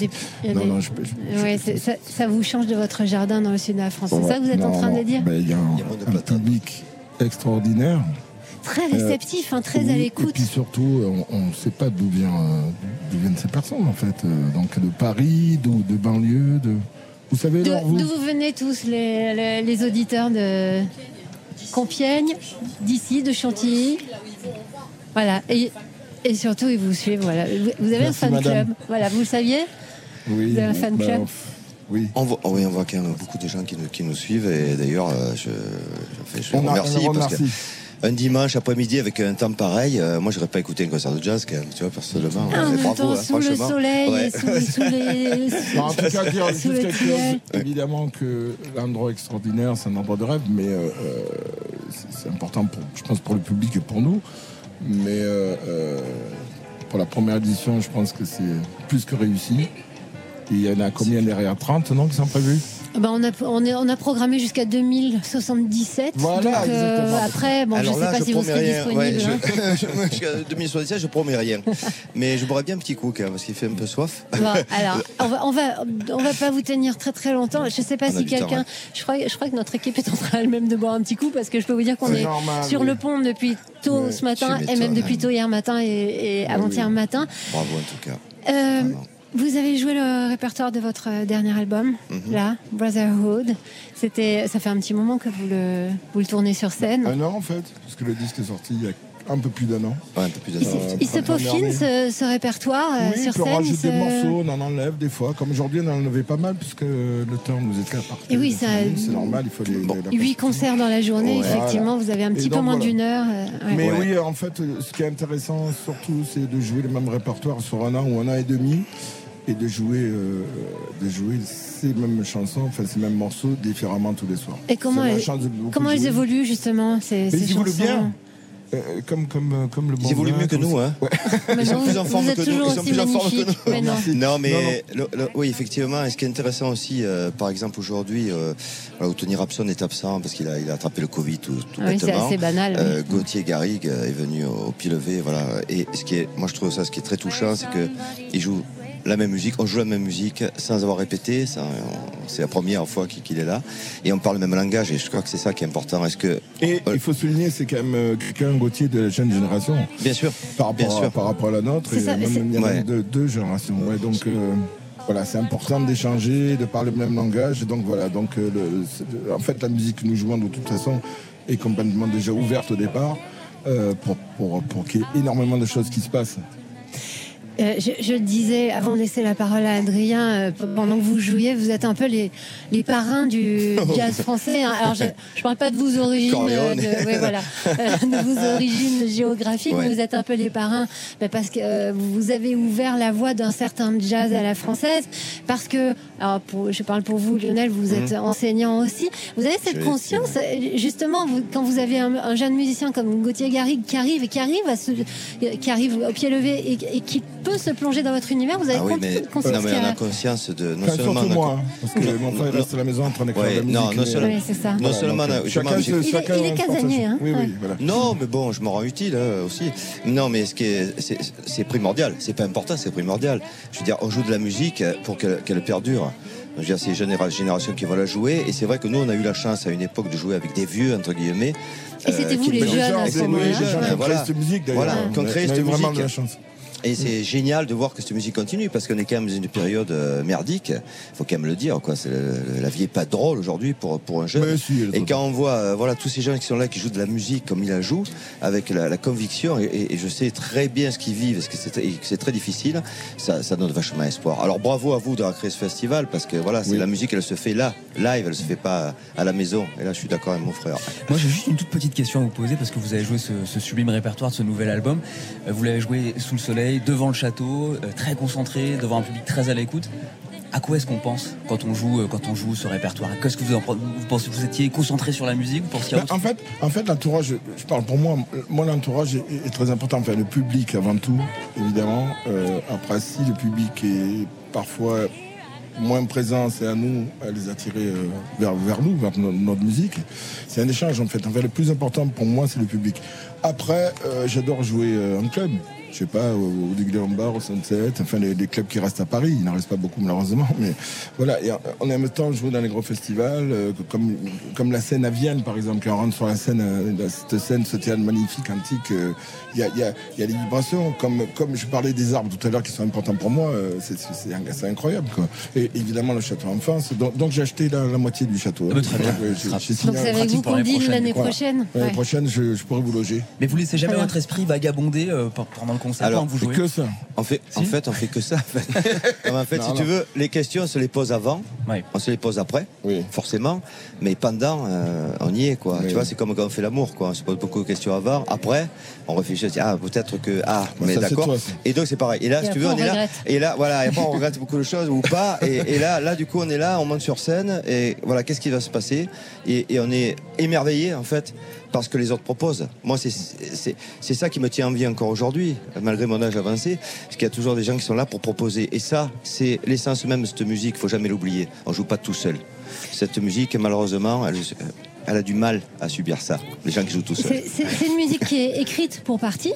Ça vous change de votre jardin dans le sud de la France. C'est ça que vous êtes en train de dire ? Il y a un public extraordinaire. Très réceptif, très à l'écoute. Et puis surtout, on ne sait pas d'où viennent ces personnes, en fait. Donc de Paris, de banlieue, Vous savez, d'où vous venez tous, les auditeurs de Compiègne, d'ici, de Chantilly. Voilà. Et surtout, ils vous suivent. Voilà. Vous avez un fan club. Voilà, vous le saviez ? Oui. Vous avez un fan club ? Oui. On voit quand même beaucoup de gens qui nous suivent. Et d'ailleurs, je remercie parce que un dimanche après-midi avec un temps pareil, moi j'aurais pas écouté un concert de jazz quand même, tu vois, personnellement. Bravo, sous le soleil, ouais. sous les en tout cas, dire juste quelque chose, évidemment que l'endroit extraordinaire, c'est un endroit de rêve, mais c'est important, je pense, pour le public et pour nous. Mais pour la première édition, je pense que c'est plus que réussi. Il y en a combien derrière? 30, non, qui sont prévus? On a programmé jusqu'à 2077. Voilà, donc, après, bon, alors je ne sais pas si vous serez disponible. Jusqu'à 2077, je promets rien. Mais je boirais bien un petit coup, quand même, parce qu'il fait un peu soif. Bon, alors, on va pas vous tenir très très longtemps. Je ne sais pas si quelqu'un... Je crois que notre équipe est en train elle-même de boire un petit coup, parce que je peux vous dire qu'on est sur le pont depuis tôt ce matin, et même depuis tôt hier matin et avant-hier matin. Bravo en tout cas. Vous avez joué le répertoire de votre dernier album, là, Brotherhood. Ça fait un petit moment que vous le tournez sur scène. Un an en fait, parce que le disque est sorti il y a un peu plus d'un an. Ouais, un peu plus d'un an. Il se peaufine ce répertoire sur scène. On rajoute des morceaux, on en enlève des fois. Comme aujourd'hui, on en enlevait pas mal puisque le temps nous était appartenu. Et oui, c'est normal, il faut les 8 concerts dans la journée, effectivement, vous avez un petit peu moins d'une heure. Mais oui, en fait, ce qui est intéressant surtout, c'est de jouer le même répertoire sur un an ou un an et demi. Et de jouer ces mêmes chansons, enfin ces mêmes morceaux différemment tous les soirs. Et comment elles évoluent justement ces chansons? Ils évoluent bien. Comme le bon. Ils évoluent mieux que nous, hein. Ouais. Ils sont plus en forme que nous. Ils sont plus en forme que nous. Non, mais oui, effectivement. Et ce qui est intéressant aussi, par exemple aujourd'hui, où Tony Rapson est absent parce qu'il a attrapé le Covid tout bêtement. C'est assez banal. Gauthier Garrigue est venu au pied levé, voilà. Et moi je trouve ça, ce qui est très touchant, c'est que il joue la même musique, on joue la même musique sans avoir répété, c'est la première fois qu'il est là, et on parle le même langage, et je crois que c'est ça qui est important. Il faut souligner, c'est quand même quelqu'un, Gauthier, de la jeune génération. Bien sûr. Par rapport à la nôtre, il y en a deux générations. Ouais, donc voilà, c'est important d'échanger, de parler le même langage, donc voilà. Donc en fait, la musique que nous jouons de toute façon est complètement déjà ouverte au départ, pour qu'il y ait énormément de choses qui se passent. Je le disais avant de laisser la parole à Adrien, pendant que vous jouiez, vous êtes un peu les parrains du jazz français. Alors je parle pas de vos origines, de vos origines géographiques, mais vous êtes un peu les parrains parce que vous avez ouvert la voie d'un certain jazz à la française. Parce que, alors je parle pour vous, Lionel, vous êtes enseignant aussi. Vous avez cette conscience, justement, quand vous avez un jeune musicien comme Gauthier Garrigue qui arrive au pied levé et qui peut se plonger dans votre univers, vous avez conscience. Non, mais on a conscience de non seulement moi, parce que mon frère reste à la maison en train d'écrire de la musique. C'est ça. Non seulement il est casanier, hein. Oui, voilà. Non, mais bon, je me rends utile aussi. Non, mais c'est primordial. C'est pas important, c'est primordial. Je veux dire, on joue de la musique pour qu'elle perdure. Je veux dire, c'est les générations qui vont la jouer, et c'est vrai que nous, on a eu la chance à une époque de jouer avec des vieux entre guillemets. Et c'était vous les jeunes à ce moment-là. Voilà, qu'on crée cette musique. Vraiment de la chance. Et c'est génial de voir que cette musique continue, parce qu'on est quand même dans une période merdique. Faut quand même le dire, quoi. La vie est pas drôle aujourd'hui pour un jeune. Et quand on voit, tous ces gens qui sont là, qui jouent de la musique comme ils la jouent, avec la conviction, et je sais très bien ce qu'ils vivent, parce que c'est très difficile. Ça donne vachement espoir. Alors bravo à vous d'avoir créé ce festival, parce que c'est la musique, elle se fait là, live, elle se fait pas à la maison. Et là, je suis d'accord avec mon frère. Moi, j'ai juste une toute petite question à vous poser, parce que vous avez joué ce sublime répertoire de ce nouvel album. Vous l'avez joué sous le soleil, devant le château, très concentré, devant un public très à l'écoute. À quoi est-ce qu'on pense quand on joue ce répertoire? Qu'est-ce que vous pensez? Vous étiez concentré sur la musique? Vous pensiez en fait, l'entourage, je parle pour moi, l'entourage est très important. Enfin, le public avant tout, évidemment. Après, si le public est parfois moins présent, c'est à nous à les attirer vers nous, vers notre musique. C'est un échange en fait. Le plus important pour moi, c'est le public. Après, j'adore jouer en club. Je sais pas, au Duguay Bar, au Sunset, enfin les clubs qui restent à Paris, il n'en reste pas beaucoup malheureusement, mais voilà, et on aime temps jouer dans les gros festivals, comme la scène à Vienne par exemple, quand on rentre sur la scène, cette scène, ce théâtre magnifique, antique, il y a les vibrations, comme je parlais des arbres tout à l'heure qui sont importants pour moi, c'est incroyable quoi. Et évidemment le château en France, donc j'ai acheté la moitié du château. Très bien. Donc c'est avec vous qu'on dit l'année prochaine. L'année prochaine, je pourrais vous loger. Mais vous laissez jamais votre esprit vagabonder pendant le concert? Alors, vous jouez que ça. En fait, on fait que ça. En fait, si tu veux, les questions, on se les pose avant, on se les pose après, forcément. Mais pendant, on y est, quoi. Tu vois, c'est comme quand on fait l'amour, quoi. On se pose beaucoup de questions avant. Après, on réfléchit, on se dit, peut-être que, mais d'accord. Et donc, c'est pareil. Et là, si tu veux, on est là. Et là, voilà, et après, on regrette beaucoup de choses ou pas. Et Et là, du coup, on est là, on monte sur scène, et voilà, qu'est-ce qui va se passer, et on est émerveillé en fait parce que les autres proposent. Moi, c'est ça qui me tient en vie encore aujourd'hui, malgré mon âge avancé, parce qu'il y a toujours des gens qui sont là pour proposer. Et ça, c'est l'essence même de cette musique. Faut jamais l'oublier. On joue pas tout seul. Cette musique, malheureusement, elle a du mal à subir ça. Les gens qui jouent tout seuls. C'est une musique qui est écrite pour partie.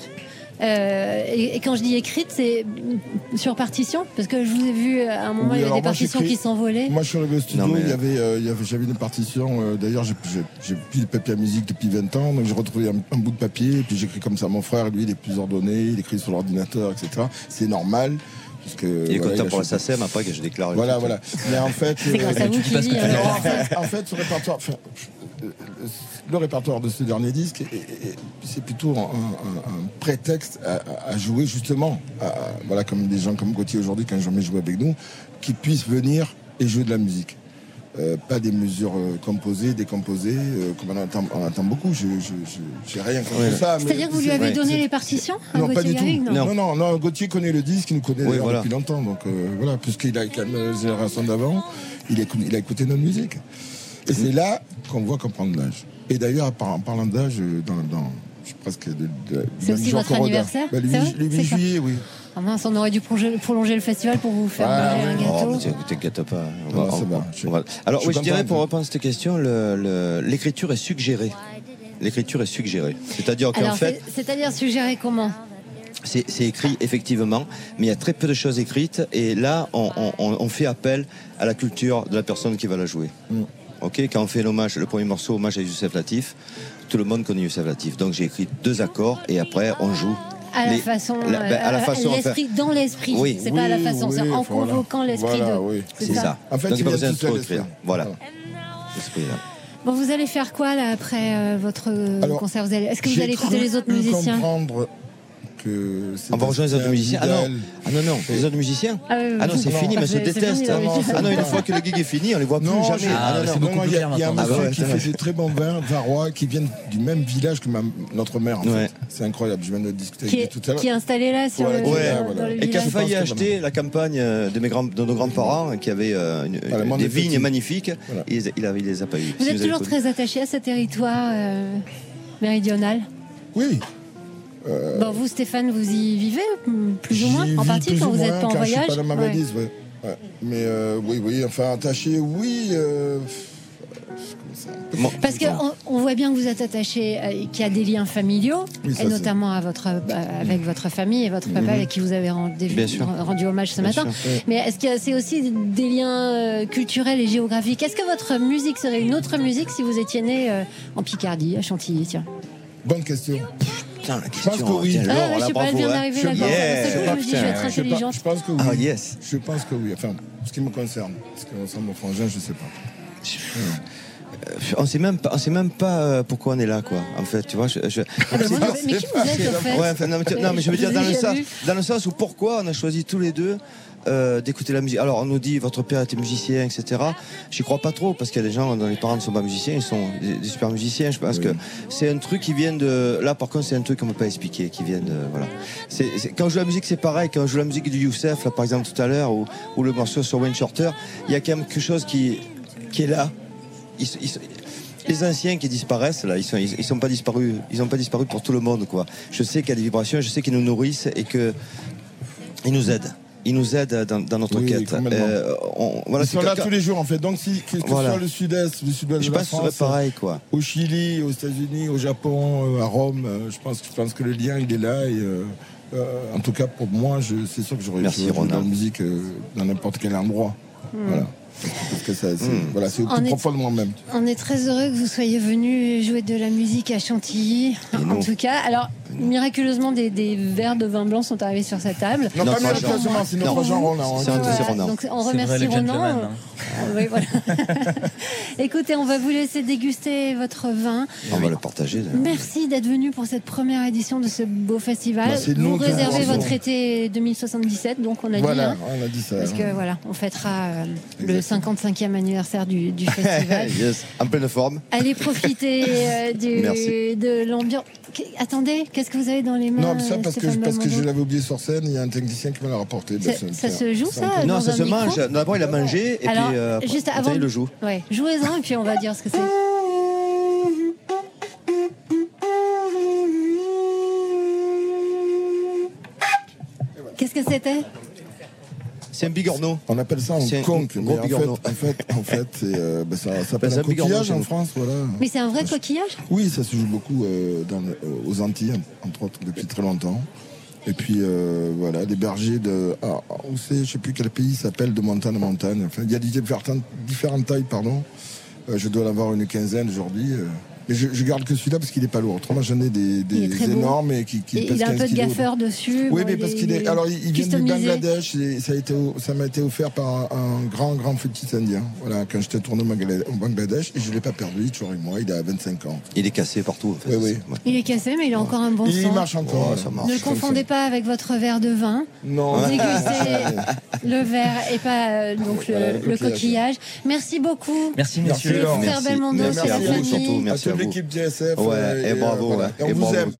Et quand je dis écrite, c'est sur partition, parce que je vous ai vu à un moment, il y avait des partitions qui s'envolaient. Moi, je suis arrivé au studio, j'avais une partition. D'ailleurs, j'ai plus de papier à musique depuis 20 ans, donc j'ai retrouvé un bout de papier, et puis j'écris comme ça. Mon frère, lui, il est plus ordonné, il écrit sur l'ordinateur, etc. C'est normal. Parce que, il est content pour la SACEM, après que je déclare. Voilà. Mais en fait, c'est grâce à vous qui dit. En fait, ce répertoire. Le répertoire de ce dernier disque, c'est plutôt un prétexte à jouer justement, comme des gens comme Gauthier aujourd'hui, qui n'ont jamais joué avec nous, qui puissent venir et jouer de la musique. Pas des mesures composées, décomposées, comme on entend beaucoup. J'ai rien contre ça. C'est-à-dire que vous lui avez donné les partitions à non, Gauthier pas du tout. Garrigue, non, Gauthier connaît le disque, il nous connaît depuis longtemps. Donc puisqu'il a quand même la génération d'avant, il a écouté notre musique. Et c'est là qu'on voit qu'on prend de l'âge. Et d'ailleurs, en parlant d'âge, presque c'est aussi votre anniversaire, le 8 juillet, oui. Ah mince, on aurait dû prolonger le festival pour vous faire manger un gâteau. T'inquiète pas. Alors, je dirais, pour reprendre cette question, l'écriture est suggérée. L'écriture est suggérée. C'est-à-dire qu'en fait... C'est-à-dire suggérée comment ? C'est écrit, effectivement, mais il y a très peu de choses écrites. Et là, on fait appel à la culture de la personne qui va la jouer. Okay, quand on fait l'hommage, le premier morceau, hommage à Youssef Latif, tout le monde connaît Youssef Latif. Donc j'ai écrit 2 accords et après on joue. À la façon, l'esprit, dans l'esprit. Oui. C'est pas à la façon, c'est en convoquant l'esprit de. Oui. C'est ça. En fait, donc il n'y a pas besoin de trop écrire. Voilà. Bon, vous allez faire quoi là après votre concert ? Est-ce que vous allez écouter les autres musiciens ? On va rejoindre les autres musiciens. Ah non, les autres musiciens. Ah non, c'est fini, mais on se déteste. Ah non, une fois que le gig est fini, on les voit plus jamais. Il y a un monsieur qui fait des très bons vins, varois, qui viennent du même village que notre mère. En fait, c'est incroyable. Je viens de discuter avec lui tout à l'heure. Qui est installé là sur le village. Et qui a failli acheter la campagne de nos grands-parents, qui avaient des vignes magnifiques. Il les a pas eu. Vous êtes toujours très attaché à ce territoire méridional ? Oui. Vous, Stéphane, vous y vivez plus ou moins en partie quand vous n'êtes pas en voyage. Je suis pas dans ma valise, ouais. Mais oui, enfin attaché, oui. Parce qu'on voit bien que vous êtes attaché, qu'il y a des liens familiaux, et notamment avec votre famille et votre papa avec qui vous avez rendu hommage ce matin. Mais est-ce que c'est aussi des liens culturels et géographiques ? Est-ce que votre musique serait une autre musique si vous étiez né en Picardie, à Chantilly, tiens ? Bonne question. Putain, la question. Je pense que oui. Je sais pas, elle vient d'arriver là-dedans. Je vais être intelligente. Je pense que oui. Ah, yes. Je pense que oui. Enfin, ce qui me concerne. Ce qui concerne mon frangin, je sais pas. On sait même pas pourquoi on est là, quoi. En fait, tu vois. Mais qui vous êtes, en fait ? Non, mais je veux dire dans le sens où pourquoi on a choisi tous les deux d'écouter la musique. Alors on nous dit votre père était musicien, etc. J'y crois pas trop parce qu'il y a des gens dont les parents ne sont pas musiciens, ils sont des super musiciens. Je pense que c'est un truc qui vient de là. Par contre, c'est un truc qu'on peut pas expliquer, qui vient de voilà. Quand je joue la musique, c'est pareil. Quand je joue la musique du Youssef, là, par exemple tout à l'heure, ou le morceau sur Wayne Shorter, il y a quand même quelque chose qui est là. Les anciens qui disparaissent là, ils sont pas disparus. Ils ont pas disparu pour tout le monde, quoi. Je sais qu'il y a des vibrations, je sais qu'ils nous nourrissent et que ils nous aident. Ils nous aident dans notre quête. Ils sont là tous les jours en fait. Donc que ce soit le sud-est, le sud-ouest de la France, que ce serait pareil, quoi. Au Chili, aux États-Unis, au Japon, à Rome, je pense que le lien il est là. Et, en tout cas pour moi, c'est sûr que j'aurais joué dans la musique dans n'importe quel endroit. Voilà. Parce que c'est au plus profond de moi-même. On est très heureux que vous soyez venu jouer de la musique à Chantilly, en tout cas. Alors, miraculeusement, des verres de vin blanc sont arrivés sur cette table. Non, pas miraculeusement, c'est notre agent Ronan. Donc, on remercie Ronan. Oui, voilà. Écoutez, on va vous laisser déguster votre vin. On va le partager. Merci d'être venu pour cette première édition de ce beau festival. Vous réservez votre été 2077, donc on a dit. Voilà, on a dit ça. Parce que voilà, on fêtera le 55e anniversaire du festival. Yes, en pleine forme. Allez profiter de l'ambiance. Attendez, qu'est-ce Qu'est-ce que vous avez dans les mains? Non, ça parce que je l'avais oublié sur scène. Il y a un technicien qui me l'a rapporté. Ça se joue ça? Non, ça se mange. D'abord, il a mangé et alors, puis juste après, avant, il le joue. Ouais, jouez-en et puis on va dire ce que c'est. Qu'est-ce que c'était? C'est un bigorneau. On appelle ça un conque. Mais en fait, ça s'appelle un coquillage en France. Voilà. Mais c'est un vrai coquillage? Oui, ça se joue beaucoup aux Antilles, entre autres, depuis très longtemps. Et puis, voilà, des bergers de... on sait, je ne sais plus quel pays s'appelle, de montagne en montagne. Enfin, il y a différentes tailles, pardon. Je dois en avoir une quinzaine aujourd'hui. Mais je garde que celui-là parce qu'il n'est pas lourd. Autrement, j'en ai des énormes et qui pèsent 15 kilos. Il a un peu de gaffeur dessus. Oui, mais parce qu'il est... Alors, il vient du Bangladesh. Et ça m'a été offert par un grand fétiche indien. Voilà, quand j'étais tourné au Bangladesh. Et je ne l'ai pas perdu, il est toujours avec moi. Il a 25 ans. Il est cassé partout, en fait. Oui. Il est cassé, mais il a encore un bon Il sang. marche encore. Ça marche. Ne le confondez pas avec votre verre de vin. Non. Dégustez le verre et pas donc le coquillage. Merci beaucoup. Merci, messieurs. Frère Belmondo, merci à vous, surtout. Merci à toute l'équipe DSF. Ouais, et bravo. Et on vous aime.